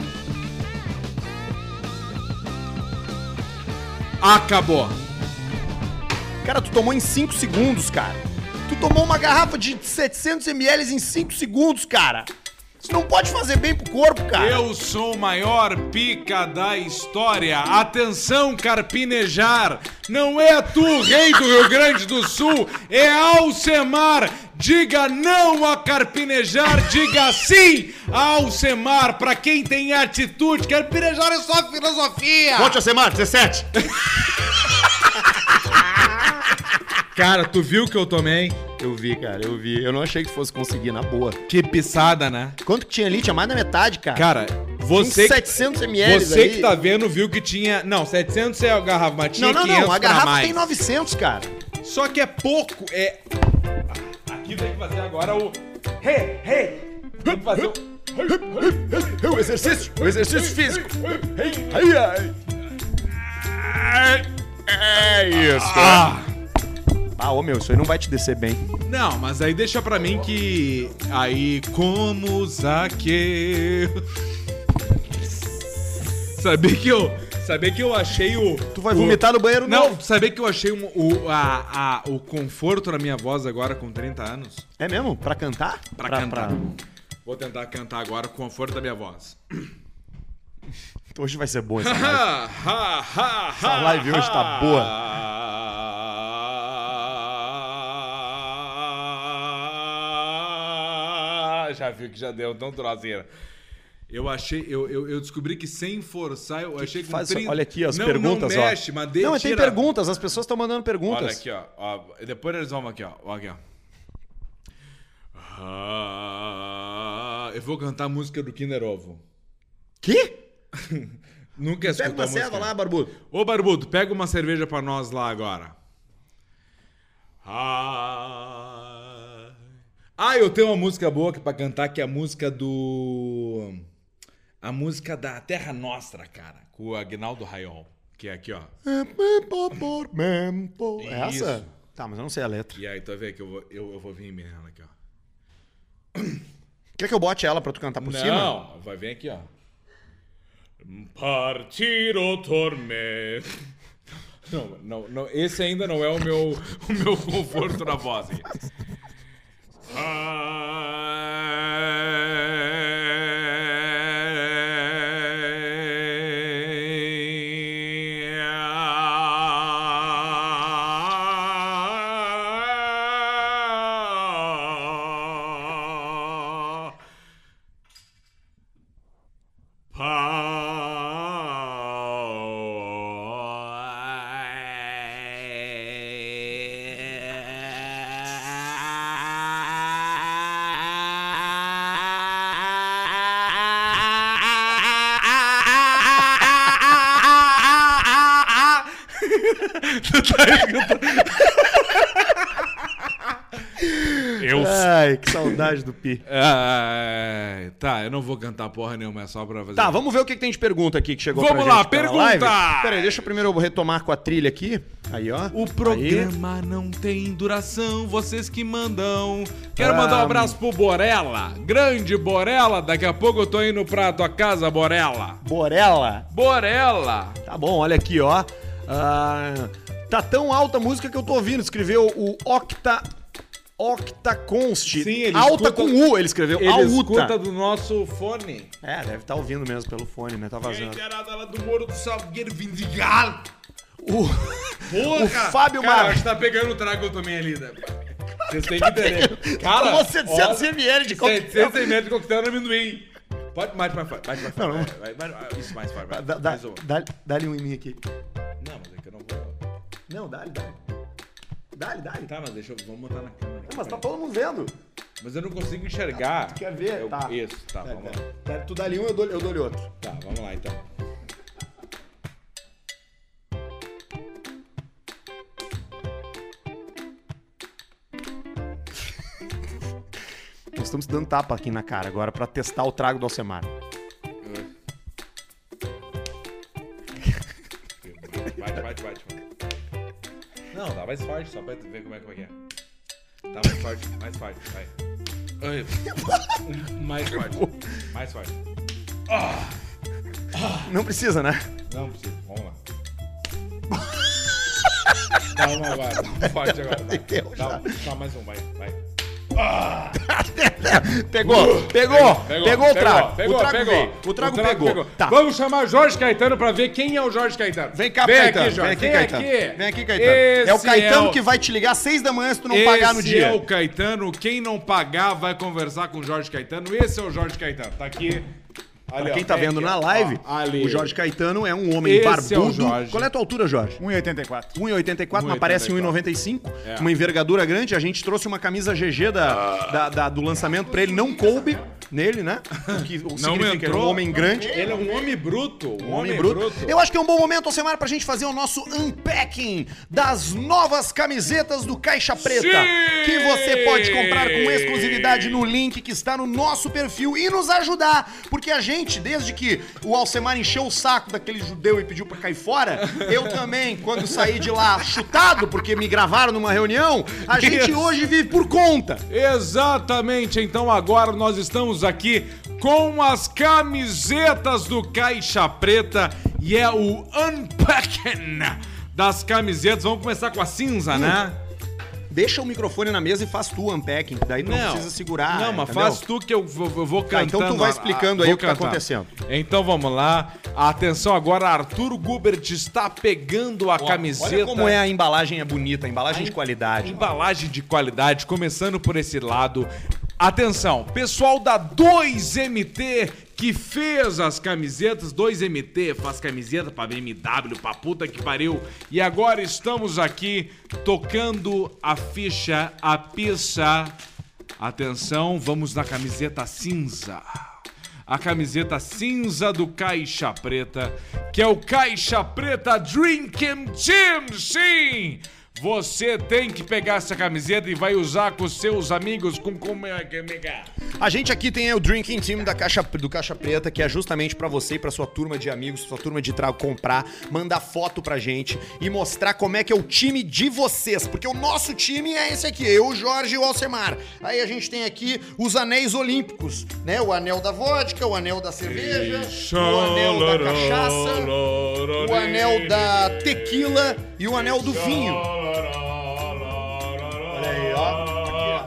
Acabou. Cara, tu tomou em 5 segundos, cara. Tu tomou uma garrafa de 700 ml em 5 segundos, cara. Isso não pode fazer bem pro corpo, cara. Eu sou o maior pica da história. Atenção, carpinejar. Não é tu, rei do Rio Grande do Sul. É Alcemar. Diga não a carpinejar. Diga sim a Alcemar. Pra quem tem atitude. Carpinejar é só filosofia. Volte, Alcemar, 17. Cara, tu viu que eu tomei? Eu vi, cara, eu vi. Eu não achei que fosse conseguir, na boa. Que pisada, né? Quanto que tinha ali? Tinha mais da metade, cara. Cara, você... 700 ml Você aí. que tá vendo viu que tinha... Não, 700 é a garrafa, mas tinha 500 não. A pra garrafa mais. tem 900, cara. Só que é pouco, é... Aqui tem que fazer agora o... Hey! Tem que fazer o... O exercício físico. É isso. Ah, ô meu, isso aí não vai te descer bem. Não, mas aí deixa pra mim que... Aí, como Zaqueu... Sabia que eu achei o... Tu vai vomitar no banheiro Não, novo. sabia que eu achei o conforto na minha voz agora com 30 anos? É mesmo? Pra cantar? Pra cantar. Vou tentar cantar agora com o conforto da minha voz. Hoje vai ser bom essa live. Essa live hoje tá boa. Já viu que já deu tão troceira. Eu descobri que sem forçar, eu achei que faz, 30... Olha aqui as não, perguntas, não mexe, ó. Mas não, mas tem perguntas, as pessoas estão mandando perguntas. Olha aqui, ó. Depois eles vão aqui, ó. Eu vou cantar a música do Kinder Ovo. Que? Nunca escutou Pega uma serva lá, Barbudo. Ô, Barbudo, pega uma cerveja pra nós lá agora. Eu tenho uma música boa pra cantar, que é a música do... A música da Terra Nostra, cara. Com o Aguinaldo Raiol. Que é aqui, ó. É essa? Tá, mas eu não sei a letra. E aí, tu vai ver que eu vou vir em nela aqui, ó. Quer que eu bote ela pra tu cantar por cima? Não, vai vir aqui, ó. Partiro tormento. Não, esse ainda não é o meu conforto na voz. Ai, que saudade do Pi. Tá, eu não vou cantar porra nenhuma, é só pra fazer. Tá, vamos ver o que tem de pergunta aqui que chegou Vamos pra lá, gente pela pergunta! live. Pera aí, deixa eu primeiro retomar com a trilha aqui. Aí, ó. O programa não tem duração, vocês que mandam. Quero mandar um abraço pro Borella. Grande Borella, daqui a pouco eu tô indo pra tua casa, Borella. Borella? Borella. Tá bom, olha aqui, ó. Tá tão alta a música que eu tô ouvindo. Escreveu o Octaconst. Sim, ele alta escuta, com U, ele escreveu. Ele Alta. escuta do nosso fone. É, deve estar ouvindo mesmo pelo fone, né? Tá vazando. Lá do Moro do Salgueiro Vindigal. O Fábio Cara, Mar. acho que tá pegando o trago também ali, né? Vocês têm que entender. Cara, Tomou 700 ml de coquetel. 700 ml de coquetel no amendoim. Pode mais forte. Isso, mais forte. Mais uma. Dá-lhe um em mim aqui. Não, mas é que eu não vou... Não, dá-lhe. Tá, mas vamos botar na câmera. Não, mas tá todo mundo vendo. Mas eu não consigo enxergar. Quer ver? Tá. Isso, tá, vamos lá. Tu dá-lhe um, eu dou-lhe outro. Tá, vamos lá então. Nós estamos dando tapa aqui na cara agora pra testar o trago do Alcemar. Bate. Não, dá mais forte, só pra ver como é que é. Tá mais forte, vai. Mais forte. Não precisa, né? Não precisa, vamos lá. Dá uma agora, forte agora, vai. Dá mais um, vai. Pegou o trago. O trago pegou. Tá. Vamos chamar Jorge Caetano pra ver quem é o Jorge Caetano. Vem cá, Caetano. Vem aqui, Caetano. É o Caetano que vai te ligar às 6 da manhã se tu não pagar no dia. Esse é o Caetano. Quem não pagar vai conversar com o Jorge Caetano. Esse é o Jorge Caetano. Tá aqui. Ali, pra quem tá vendo na live, ali. O Jorge Caetano é um homem barbudo. É o Jorge. Qual é a tua altura, Jorge? 1,84. 1,84, mas parece 1,95. É. Uma envergadura grande. A gente trouxe uma camisa GG do lançamento pra ele. Não coube nele, né? O que Não significa entrou. ele é um homem grande. Ele é um homem bruto. Um homem bruto. Eu acho que é um bom momento, Alcemar, pra gente fazer o nosso unpacking das novas camisetas do Caixa Preta. Sim! Que você pode comprar com exclusividade no link que está no nosso perfil e nos ajudar. Porque a gente, desde que o Alcemar encheu o saco daquele judeu e pediu pra cair fora, eu também, quando saí de lá chutado, porque me gravaram numa reunião, a gente hoje vive por conta. Exatamente, então agora nós estamos aqui com as camisetas do Caixa Preta e é o unpacking das camisetas. Vamos começar com a cinza, né? Deixa o microfone na mesa e faz tu o unpacking, daí tu não precisa segurar. Não, mas entendeu? faz tu que eu vou cantando. Então tu vai explicando aí o que tá acontecendo. Então vamos lá. Atenção agora, Arthur Gubert está pegando a camiseta. Olha como a embalagem é bonita, a embalagem de qualidade. Embalagem de qualidade, começando por esse lado. Atenção, pessoal da 2MT que fez as camisetas, 2MT faz camiseta pra BMW, pra puta que pariu. E agora estamos aqui tocando a ficha, a pista. Atenção, vamos na camiseta cinza. A camiseta cinza do Caixa Preta, que é o Caixa Preta Drinking Team, sim! Você tem que pegar essa camiseta e vai usar com os seus amigos com como é que A gente aqui tem o Drinking Team do Caixa Preta, que é justamente pra você e pra sua turma de amigos, sua turma de trago comprar, mandar foto pra gente e mostrar como é que é o time de vocês, porque o nosso time é esse aqui, eu, o Jorge e o Alcemar. Aí a gente tem aqui os anéis olímpicos, né? O anel da vodka, o anel da cerveja, o anel da cachaça, o anel da tequila e o anel do vinho. Olha aí, ó.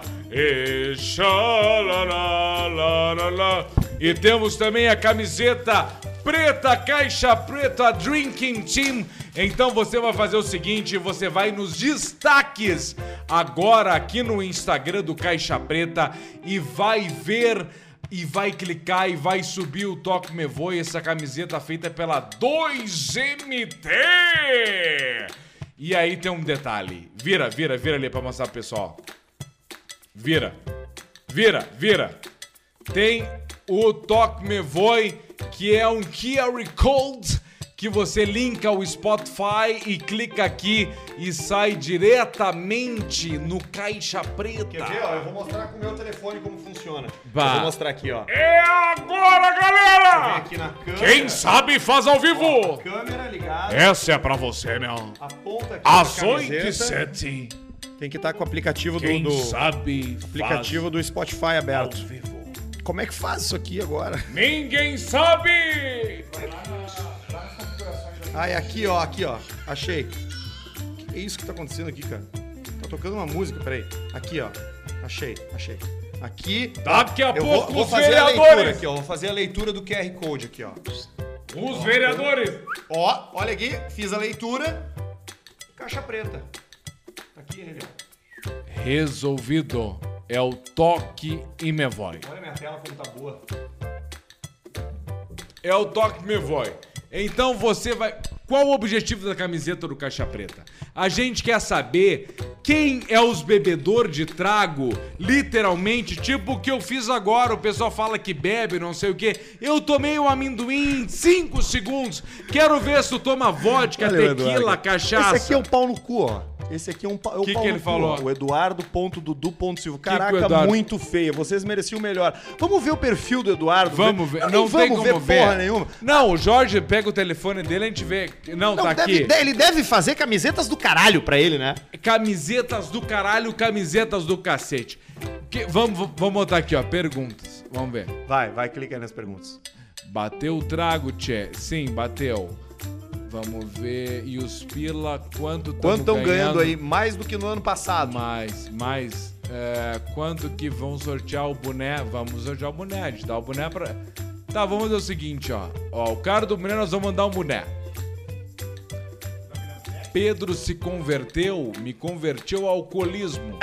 E temos também a camiseta preta, Caixa Preta Drinking Team. Então você vai fazer o seguinte, você vai nos destaques agora aqui no Instagram do Caixa Preta e vai ver e vai clicar e vai subir o Toque Me Voe, essa camiseta feita pela 2MT. E aí tem um detalhe. Vira ali pra mostrar pro pessoal. Vira. Tem o Toque Me Voe, que é um QR Code que você linka ao Spotify e clica aqui e sai diretamente no Caixa Preta. Quer ver? Ó, eu vou mostrar com o meu telefone como funciona. Bah. Eu vou mostrar aqui, ó. É agora, galera! Vem aqui na câmera. Quem sabe faz ao vivo! Ó, câmera ligada. Essa é pra você, meu. Aponta aqui Às pra camiseta. 8h07. Tem que estar com o aplicativo Quem do sabe aplicativo do Spotify aberto. ao vivo. Como é que faz isso aqui agora? Ninguém sabe! Ah, é aqui, ó. Achei. Que é isso que tá acontecendo aqui, cara? Tá tocando uma música, peraí. Aqui, ó. Achei. Aqui. Daqui a Eu pouco vou os fazer a leitura vereadores! aqui, ó. Vou fazer a leitura do QR Code aqui, ó. Os vereadores! Ó, olha aqui. Fiz a leitura. Caixa Preta. Aqui ele, ó. Resolvido. É o Toque e Me Voe. Olha minha tela como tá boa. É o Toque Me Voe. Então você vai... Qual o objetivo da camiseta do Caixa Preta? A gente quer saber quem é os bebedor de trago, literalmente, tipo o que eu fiz agora. O pessoal fala que bebe, não sei o quê. Eu tomei um amendoim em 5 segundos. Quero ver se tu toma vodka, tequila, cachaça. Esse aqui é um pau no cu, ó. Esse aqui é um pau, Que ele falou? O Eduardo.dudu.silva. o Caraca, Eduardo? muito feio. Vocês mereciam o melhor. Vamos ver o perfil do Eduardo? Vamos ver. Nem Não tem vamos como ver. porra nenhuma. Não, o Jorge pega o telefone dele e a gente vê. Não, tá aqui. Ele deve fazer camisetas do caralho pra ele, né? Camisetas do caralho, camisetas do cacete. Vamos botar aqui, ó, perguntas. Vamos ver. Vai, clica aí nas perguntas. Bateu o trago, tchê? Sim, bateu. Vamos ver. E os pila, quanto estão ganhando aí? Mais do que no ano passado. Mais. Quanto que vão sortear o boné? Vamos sortear o boné. A gente dá o boné pra... Tá, vamos fazer o seguinte, ó. Ó, o cara do boné, nós vamos mandar um boné. Pedro se converteu, me converteu ao alcoolismo.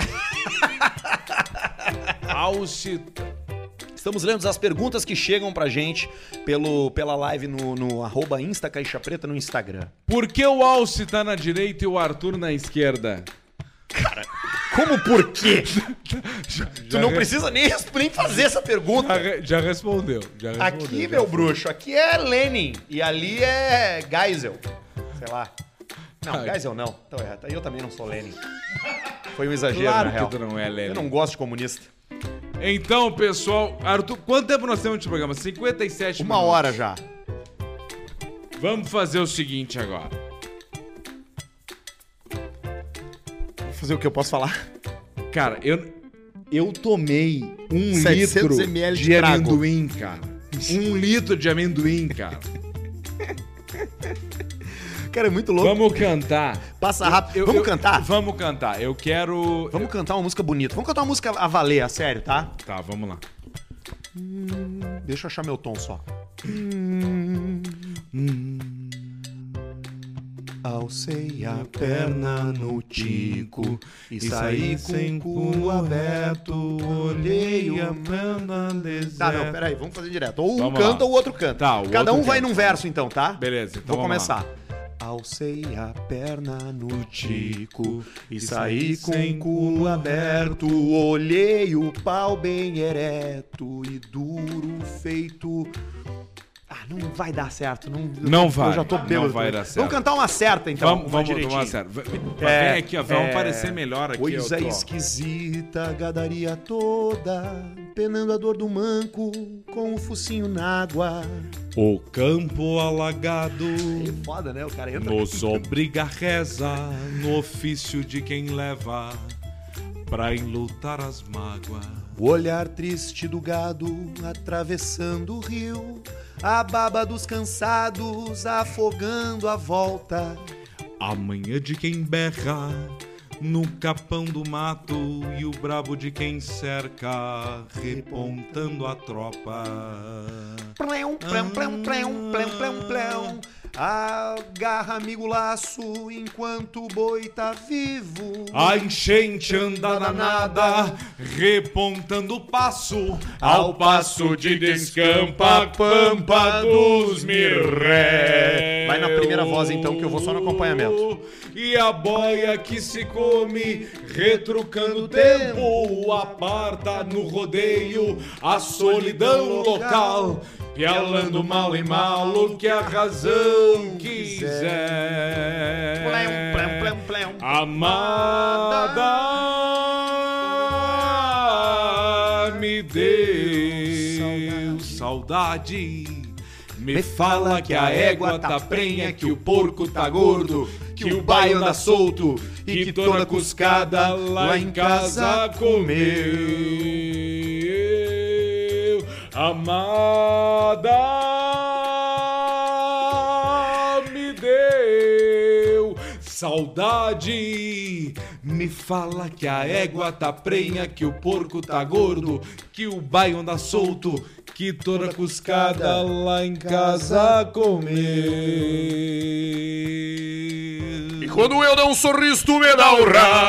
Estamos lendo as perguntas que chegam pra gente pela live no @Insta Caixa Preta no Instagram. Por que o Alce tá na direita e o Arthur na esquerda? Cara, como por quê? Tu não precisa nem fazer essa pergunta. Já respondeu. Aqui, meu bruxo, aqui é Lenin e ali é Geisel. Sei lá. Não, Geisel não. Então eu também não sou Lenin. Foi um exagero, Claro na real. que tu não é Lenin. Eu não gosto de comunista. Então, pessoal, Arthur, quanto tempo nós temos de programa? 57 Uma minutos. hora já. Vamos fazer o seguinte agora. Vou fazer o que eu posso falar? Cara, eu tomei 700 litro ml de de trago. amendoim, cara. 1 litro de amendoim, cara. Cara, é muito louco. Vamos cantar. Passa rápido. Vamos cantar? Vamos cantar. Eu quero... Vamos cantar uma música bonita. Vamos cantar uma música a valer, a sério, tá? Tá, vamos lá. Deixa eu achar meu tom só. Alcei a perna no tico e saí com o cu aberto, olhei a perna deserta. Tá, não, peraí, vamos fazer direto. Ou um Vamos canta lá. ou o outro canta. Tá, o Cada um outro vai canta. num verso então, tá? Beleza, então Vou vamos começar. Alcei a perna no tico e saí com o cu aberto, olhei o pau bem ereto e duro feito não vai dar certo. Não vai. Eu já tô bêbado. Não vai dar certo. Vamos cantar uma certa, então. Vamos tomar certo. Vem aqui, ó. Vamos parecer melhor aqui. Coisa esquisita, gadaria toda, penando a dor do manco, com o focinho na água. O campo alagado É foda, né? O cara entra... nos obriga a reza no ofício de quem leva pra enlutar as mágoas. O olhar triste do gado atravessando o rio, a baba dos cansados afogando a volta. A manhã de quem berra no capão do mato e o brabo de quem cerca repontando a tropa. Plém, plém, plém, plém, plém, plém, plém. Agarra, amigo, laço enquanto o boi tá vivo. A enchente anda danada, repontando o passo, ao passo de descampa a pampa dos mirré. Vai na primeira voz então, que eu vou só no acompanhamento. E a boia que se come, retrucando o tempo, aparta no rodeio a solidão local, pialando mal em mal o que a razão quiser. Plém, plém, plém, plém. Amada, me deu saudade. Me fala que a égua tá prenha, que o porco tá gordo, que o baio anda solto e que toda cuscada lá em casa comeu. Amada, me deu saudade. Me fala que a égua tá prenha, que o porco tá gordo, que o baio anda solto, que toda cuscada lá em casa comeu. E quando eu der um sorriso, tu me dá o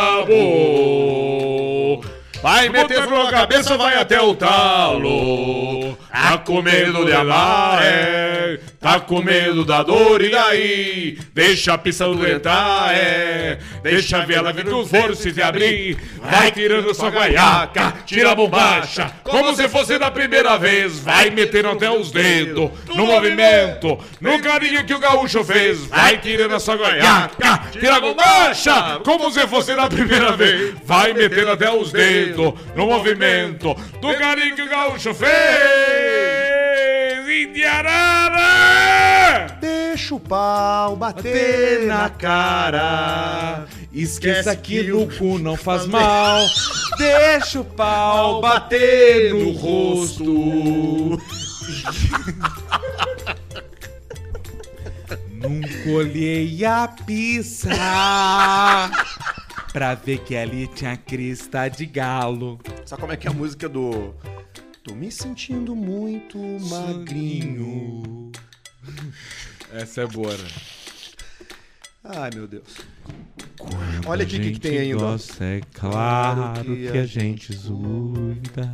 rabo. Vai meter flor na cabeça, vai até o talo. Tá com medo de amar, tá com medo da dor, e daí? Deixa a pista doentar, deixa a vela vir com força e te abrir. Vai tirando sua guaiaca, tira a bombacha, como se fosse da primeira vez. Vai metendo até os dedos no movimento, no carinho que o gaúcho fez. Vai tirando a sua guaiaca, tira a bombacha, como se fosse da primeira vez. Vai metendo até os dedos no movimento, do carinho que o gaúcho fez. Indiarada! Deixa o pau bater na cara. Esqueça que no cu não faz mal. Deixa o pau bater no rosto. Nunca olhei a pizza pra ver que ali tinha crista de galo. Sabe como é que é a música do... Tô me sentindo muito magrinho. Essa é boa, né? Ai, meu Deus. Olha aqui o que tem ainda. Gosta, é claro que a gente zuida.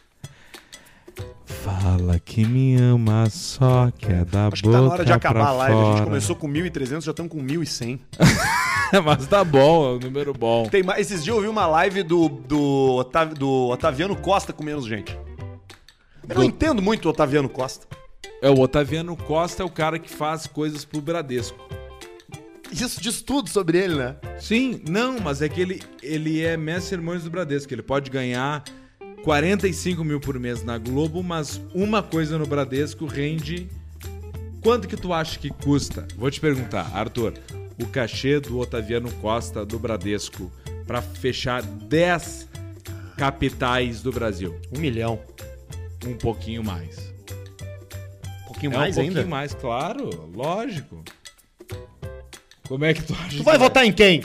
Fala que me ama, só quer dar boca. Acho que tá na hora de acabar a live. Fora. A gente começou com 1.300, já estamos com 1.100. Mas tá bom, é um número bom. Tem mais, esses dias eu vi uma live do Otaviano Costa com menos gente. Eu não entendo muito o Otaviano Costa. O Otaviano Costa é o cara que faz coisas pro Bradesco. Isso diz tudo sobre ele, né? Sim, não, mas é que ele é mestre cerimônias do Bradesco. Ele pode ganhar 45 mil por mês na Globo, mas uma coisa no Bradesco rende... Quanto que tu acha que custa? Vou te perguntar, Arthur, o cachê do Otaviano Costa do Bradesco pra fechar 10 capitais do Brasil? 1 milhão. Um pouquinho mais. Um pouquinho mais ainda? Um pouquinho mais, claro, lógico. Como é que tu acha? Tu vai votar em quem?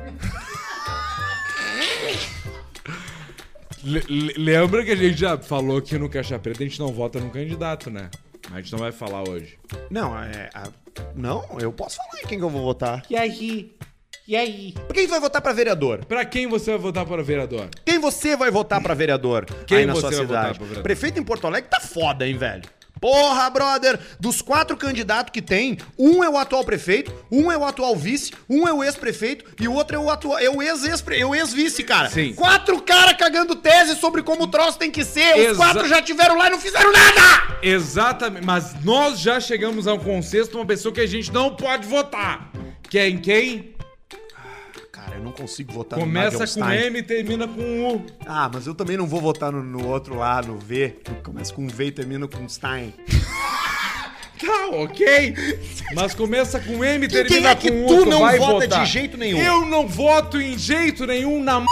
Lembra que a gente já falou que no Caixa Preta a gente não vota num candidato, né? A gente não vai falar hoje. Não, não, eu posso falar em quem que eu vou votar. E aí? E aí? Pra quem tu vai votar pra vereador? Pra quem você vai votar para vereador? Quem você vai votar pra vereador Quem aí na você sua vai votar cidade? pra vereador? Prefeito em Porto Alegre tá foda, hein, velho? Porra, brother, dos 4 candidatos que tem, um é o atual prefeito, um é o atual vice, um é o ex-prefeito e o outro é o ex-vice, cara. Sim. 4 caras cagando tese sobre como o troço tem que ser. Os 4 já tiveram lá e não fizeram nada! Exatamente, mas nós já chegamos a um consenso de uma pessoa que a gente não pode votar. Que é em quem? Cara, eu não consigo votar Começa no com M e termina com U. Ah, mas eu também não vou votar no outro lá, no V. Começa com V e termina com Stein. Tá, ok. Mas começa com M e Quem termina é que com U. tu não vai vota votar. de jeito nenhum? Eu não voto em jeito nenhum na...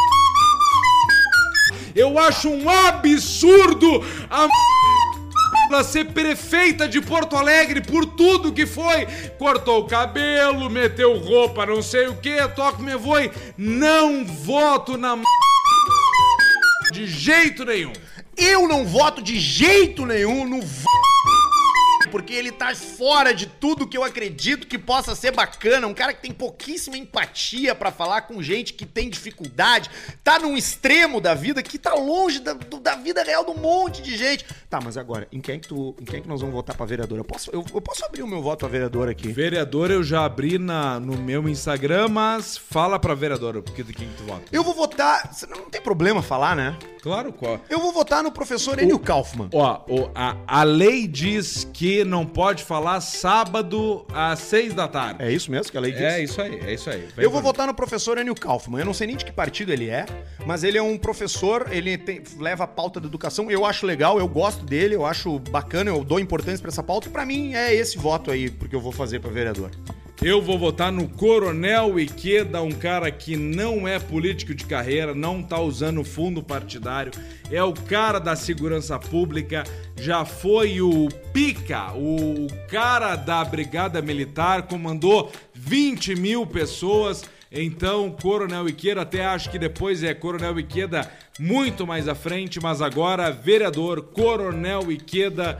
Eu acho um absurdo a ser prefeita de Porto Alegre por tudo que foi. Cortou o cabelo, meteu roupa, não sei o que, toco me voe. Não voto na de jeito nenhum. Eu não voto de jeito nenhum no porque ele tá fora de tudo que eu acredito que possa ser bacana. Um cara que tem pouquíssima empatia pra falar com gente que tem dificuldade, tá num extremo da vida que tá longe da vida real de um monte de gente. Tá, mas agora, em quem que nós vamos votar pra vereadora? Eu posso abrir o meu voto pra vereadora aqui? Vereadora eu já abri no meu Instagram, mas fala pra vereadora, porque de quem tu vota. Eu vou votar... Não tem problema falar, né? Claro, qual? Eu vou votar no professor Enio Kaufmann. Ó, a lei diz que não pode falar sábado às 6 da tarde. É isso mesmo que a lei diz? É isso aí. Eu vou votar no professor Enio Kaufmann. Eu não sei nem de que partido ele é, mas ele é um professor, leva a pauta da educação. Eu acho legal, eu gosto dele, eu acho bacana, eu dou importância pra essa pauta. E pra mim é esse voto aí, porque eu vou fazer pra vereador. Eu vou votar no Coronel Ikeda, um cara que não é político de carreira, não tá usando fundo partidário, é o cara da segurança pública, já foi o pica, o cara da Brigada Militar, comandou 20 mil pessoas. Então, Coronel Ikeda, até acho que depois é Coronel Ikeda muito mais à frente, mas agora vereador Coronel Ikeda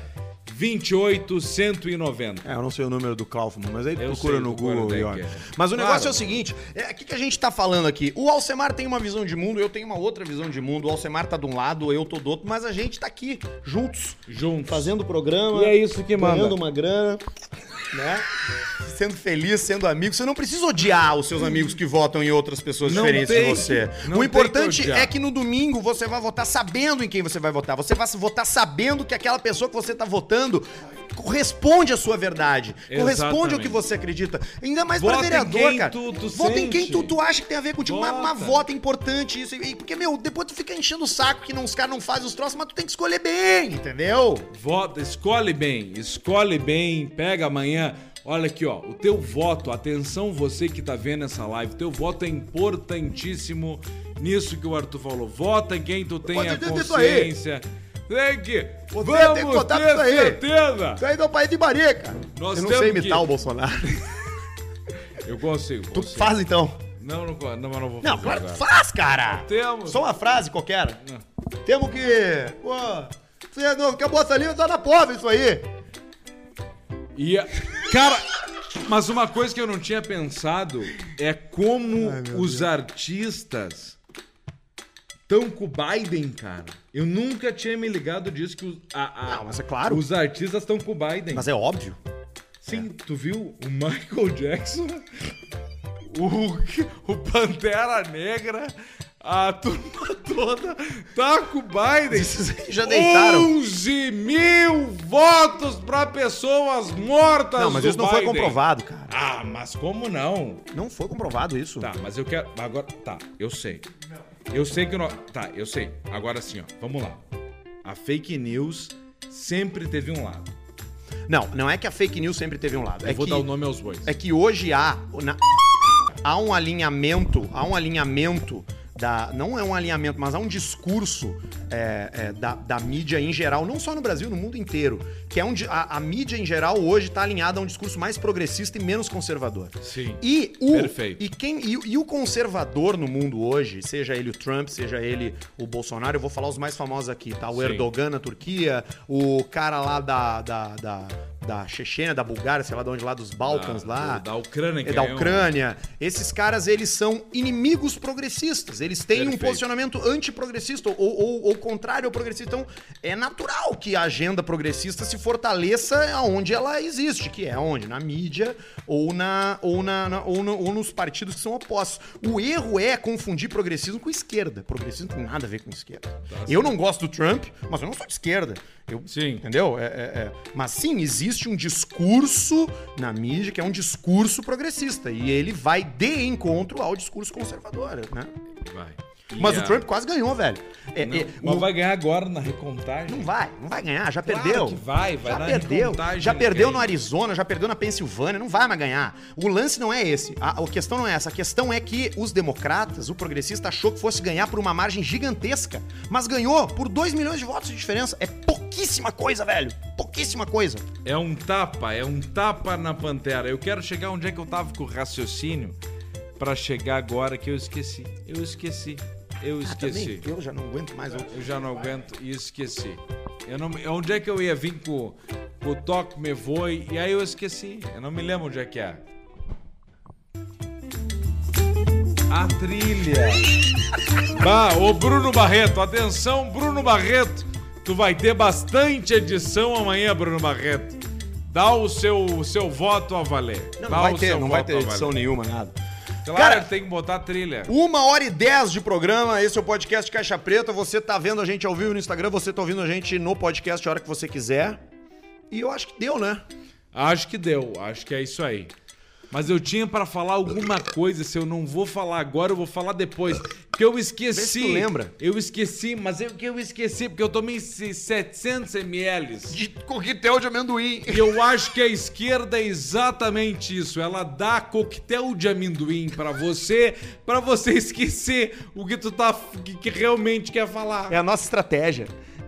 28190. Eu não sei o número do Kaufmann, mas aí Eu procura sei, no do Google e Coronel olha. Ikeda. Mas o negócio Claro. é o seguinte, o que a gente tá falando aqui? O Alcemar tem uma visão de mundo, eu tenho uma outra visão de mundo. O Alcemar tá de um lado, eu tô do outro, mas a gente tá aqui, juntos, fazendo programa. E é isso que manda. Ganhando uma grana, né? Sendo feliz, sendo amigo. Você não precisa odiar os seus amigos que votam em outras pessoas Não diferentes tem- de você. não O tem importante que odiar. é que no domingo você vai votar sabendo em quem você vai votar. Você vai votar sabendo que aquela pessoa que você tá votando corresponde à sua verdade. Corresponde ao Exatamente. que você acredita. Ainda mais Vota pra em vereador, quem cara. tu Vota em quem sente. tu acha que tem a ver contigo. Mas Vota. vota é importante isso. Porque, meu, depois tu fica enchendo o saco que os caras não fazem os troços, mas tu tem que escolher bem, entendeu? Vota, escolhe bem, pega amanhã. Olha aqui, ó, o teu voto, atenção você que tá vendo essa live, teu voto é importantíssimo nisso que o Arthur falou. Vota em quem tu tenha Pode dizer isso aí. consciência. Tem que, Você vamos tem que votar ter pra isso aí. certeza. Isso aí é o país de Maria, cara. Nós Eu não temos sei imitar que- o Bolsonaro. Eu consigo. Tu faz então. Não vou fazer Não, claro agora. que faz, cara. Temos. Só uma frase qualquer. Temos que... Pô, você não quer botar ali, tá na pobre isso aí. Cara, mas uma coisa que eu não tinha pensado é como os artistas estão com o Biden, cara. Eu nunca tinha me ligado disso, que Não, mas é claro. os artistas estão com o Biden. Mas é óbvio. Sim, tu viu o Michael Jackson, o Pantera Negra, a turma toda tá com o Biden. Já deitaram. 11 mil votos pra pessoas mortas. Não, mas do isso não foi Biden. comprovado, cara. Ah, mas como não? Não foi comprovado isso. Tá, mas eu quero... Agora, tá, eu sei. Eu sei que... Tá, eu sei. Agora sim, ó, vamos lá. A fake news sempre teve um lado. Não é que a fake news sempre teve um lado. Eu vou dar o nome aos bois. É que hoje há um alinhamento não é um alinhamento, mas há um discurso da mídia em geral, não só no Brasil, no mundo inteiro, que é a mídia em geral hoje está alinhada a um discurso mais progressista e menos conservador. Sim. Perfeito. E o conservador no mundo hoje, seja ele o Trump, seja ele o Bolsonaro, eu vou falar os mais famosos aqui, tá? O Sim. Erdogan na Turquia, o cara lá da da Chechênia, da Bulgária, sei lá de onde, lá dos Balcãs, lá. Da Ucrânia. É da Ucrânia. Esses caras, eles são inimigos progressistas. Eles têm um posicionamento antiprogressista ou contrário ao progressista. Então, é natural que a agenda progressista se fortaleça aonde ela existe, que é onde? Na mídia ou nos partidos que são opostos. O erro é confundir progressismo com esquerda. Progressismo não tem nada a ver com esquerda. Eu não gosto do Trump, mas eu não sou de esquerda. Sim. Entendeu? Mas sim, existe um discurso na mídia que é um discurso progressista. E ele vai de encontro ao discurso conservador, né? Vai. Mas o Trump quase ganhou, velho. Mas vai ganhar agora na recontagem? Não vai ganhar, já Claro perdeu. que vai já na perdeu. recontagem, Já perdeu ele no Arizona, já perdeu na Pensilvânia, não vai mais ganhar. O lance não é esse. A questão não é essa. A questão é que os democratas, o progressista, achou que fosse ganhar por uma margem gigantesca, mas ganhou por 2 milhões de votos de diferença. É pouquíssima coisa, velho. Pouquíssima coisa. É um tapa na pantera. Eu quero chegar onde é que eu tava com o raciocínio pra chegar agora que eu esqueci. Também, eu já não aguento mais. Eu já não aguento e esqueci. Onde é que eu ia vir com o Toque Me Voe? E aí eu esqueci. Eu não me lembro onde é que é. A trilha. Ô Bruno Barreto, atenção, Bruno Barreto. Tu vai ter bastante edição amanhã, Bruno Barreto. Dá o seu voto a valer. Não vai ter edição nenhuma, nada. Claro, Cara, tem que botar a trilha. 1h10 de programa, esse é o podcast Caixa Preta. Você tá vendo a gente ao vivo no Instagram, você tá ouvindo a gente no podcast a hora que você quiser. E eu acho que deu, né? Acho que deu, acho que é isso aí. Mas eu tinha pra falar alguma coisa, se eu não vou falar agora, eu vou falar depois. Porque eu esqueci. Vê se tu lembra. Eu esqueci, mas eu esqueci, porque eu tomei 700 ml. De coquetel de amendoim. E eu acho que a esquerda é exatamente isso. Ela dá coquetel de amendoim pra você esquecer o que tu tá que realmente quer falar. É a nossa estratégia.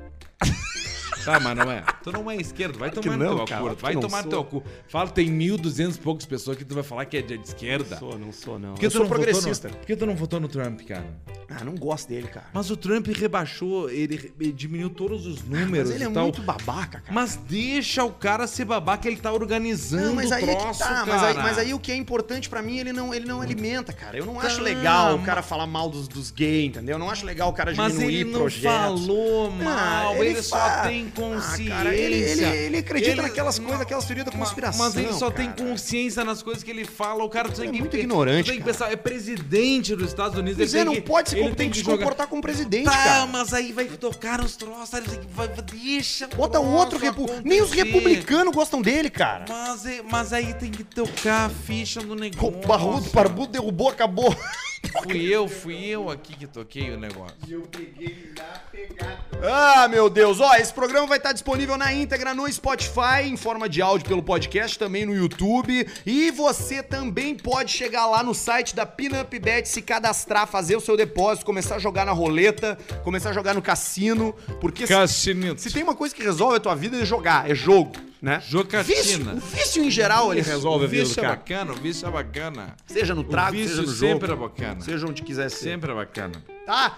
Tá, mas não é. Tu não é esquerdo, vai tomar no teu cu. Vai tomar no teu cu. Fala, tem 1.200 e poucas pessoas que tu vai falar que é de esquerda. Não sou. Eu sou progressista. Por que tu não votou no Trump, cara? Não gosto dele, cara. Mas o Trump rebaixou, ele diminuiu todos os números Mas ele é e tal. muito babaca, cara. Mas deixa o cara ser babaca, ele tá organizando mas aí o troço, tá, cara. mas aí o que é importante pra mim, ele não alimenta, cara. Eu não acho legal o cara falar mal dos gays, entendeu? Eu não acho legal o cara diminuir projetos. Mas ele não falou mal, ele só tem consciência. Cara, ele acredita naquelas coisas, aquelas teorias da conspiração. Mas ele só cara. tem consciência nas coisas que ele fala. O cara tem é que muito ignorante, tem que pensar, é presidente dos Estados Unidos. Pois ele não pode ele tem que se comportar como presidente, tá, cara. mas aí vai tocar os troços, deixa. Bota outro republicano. Nem os republicanos gostam dele, cara. Mas aí tem que tocar a ficha do negócio. O barbudo derrubou, acabou. Fui eu aqui que toquei o negócio. E eu peguei na pegada. Meu Deus. Esse programa vai estar disponível na íntegra no Spotify, em forma de áudio pelo podcast, também no YouTube. E você também pode chegar lá no site da Pinup Bet, se cadastrar, fazer o seu depósito, começar a jogar na roleta, começar a jogar no cassino. Porque se tem uma coisa que resolve a tua vida é jogar, é jogo. Né? Jocatina. O vício em geral ele resolve a vida do cara. O vício é bacana. Seja no trago, seja no jogo. Sempre é bacana. Seja onde quiser ser. Sempre é bacana. Tá.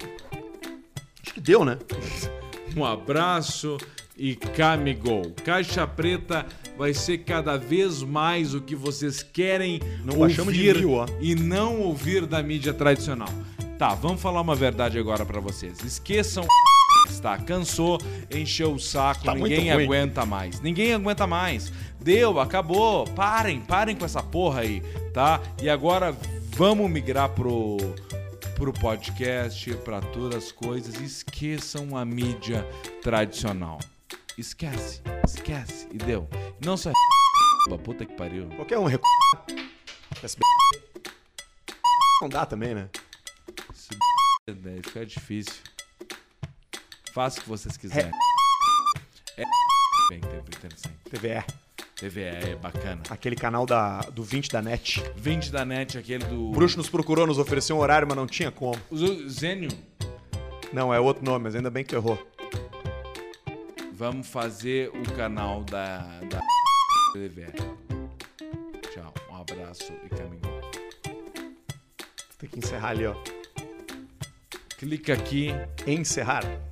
Acho que deu, né? Um abraço e camigol. Caixa Preta vai ser cada vez mais o que vocês querem ouvir e não ouvir da mídia tradicional. Tá, vamos falar uma verdade agora pra vocês. Esqueçam tá, cansou, encheu o saco, tá, ninguém aguenta mais. Ninguém aguenta mais. Deu, acabou. Parem com essa porra aí, tá? E agora vamos migrar pro podcast, pra todas as coisas. Esqueçam a mídia tradicional. Esquece. E deu. Não só puta que pariu. Qualquer um não dá também, né? Fica difícil. Faça o que vocês quiserem. Bem interessante. TVE é bacana. Aquele canal do 20 da NET. 20 da NET, aquele do... O Bruxo nos procurou, nos ofereceu um horário, mas não tinha como. O Zênio? Não, é outro nome, mas ainda bem que tu errou. Vamos fazer o canal da TVE. Tchau, um abraço e caminho. Tem que encerrar ali, ó. Clica aqui. Encerrar.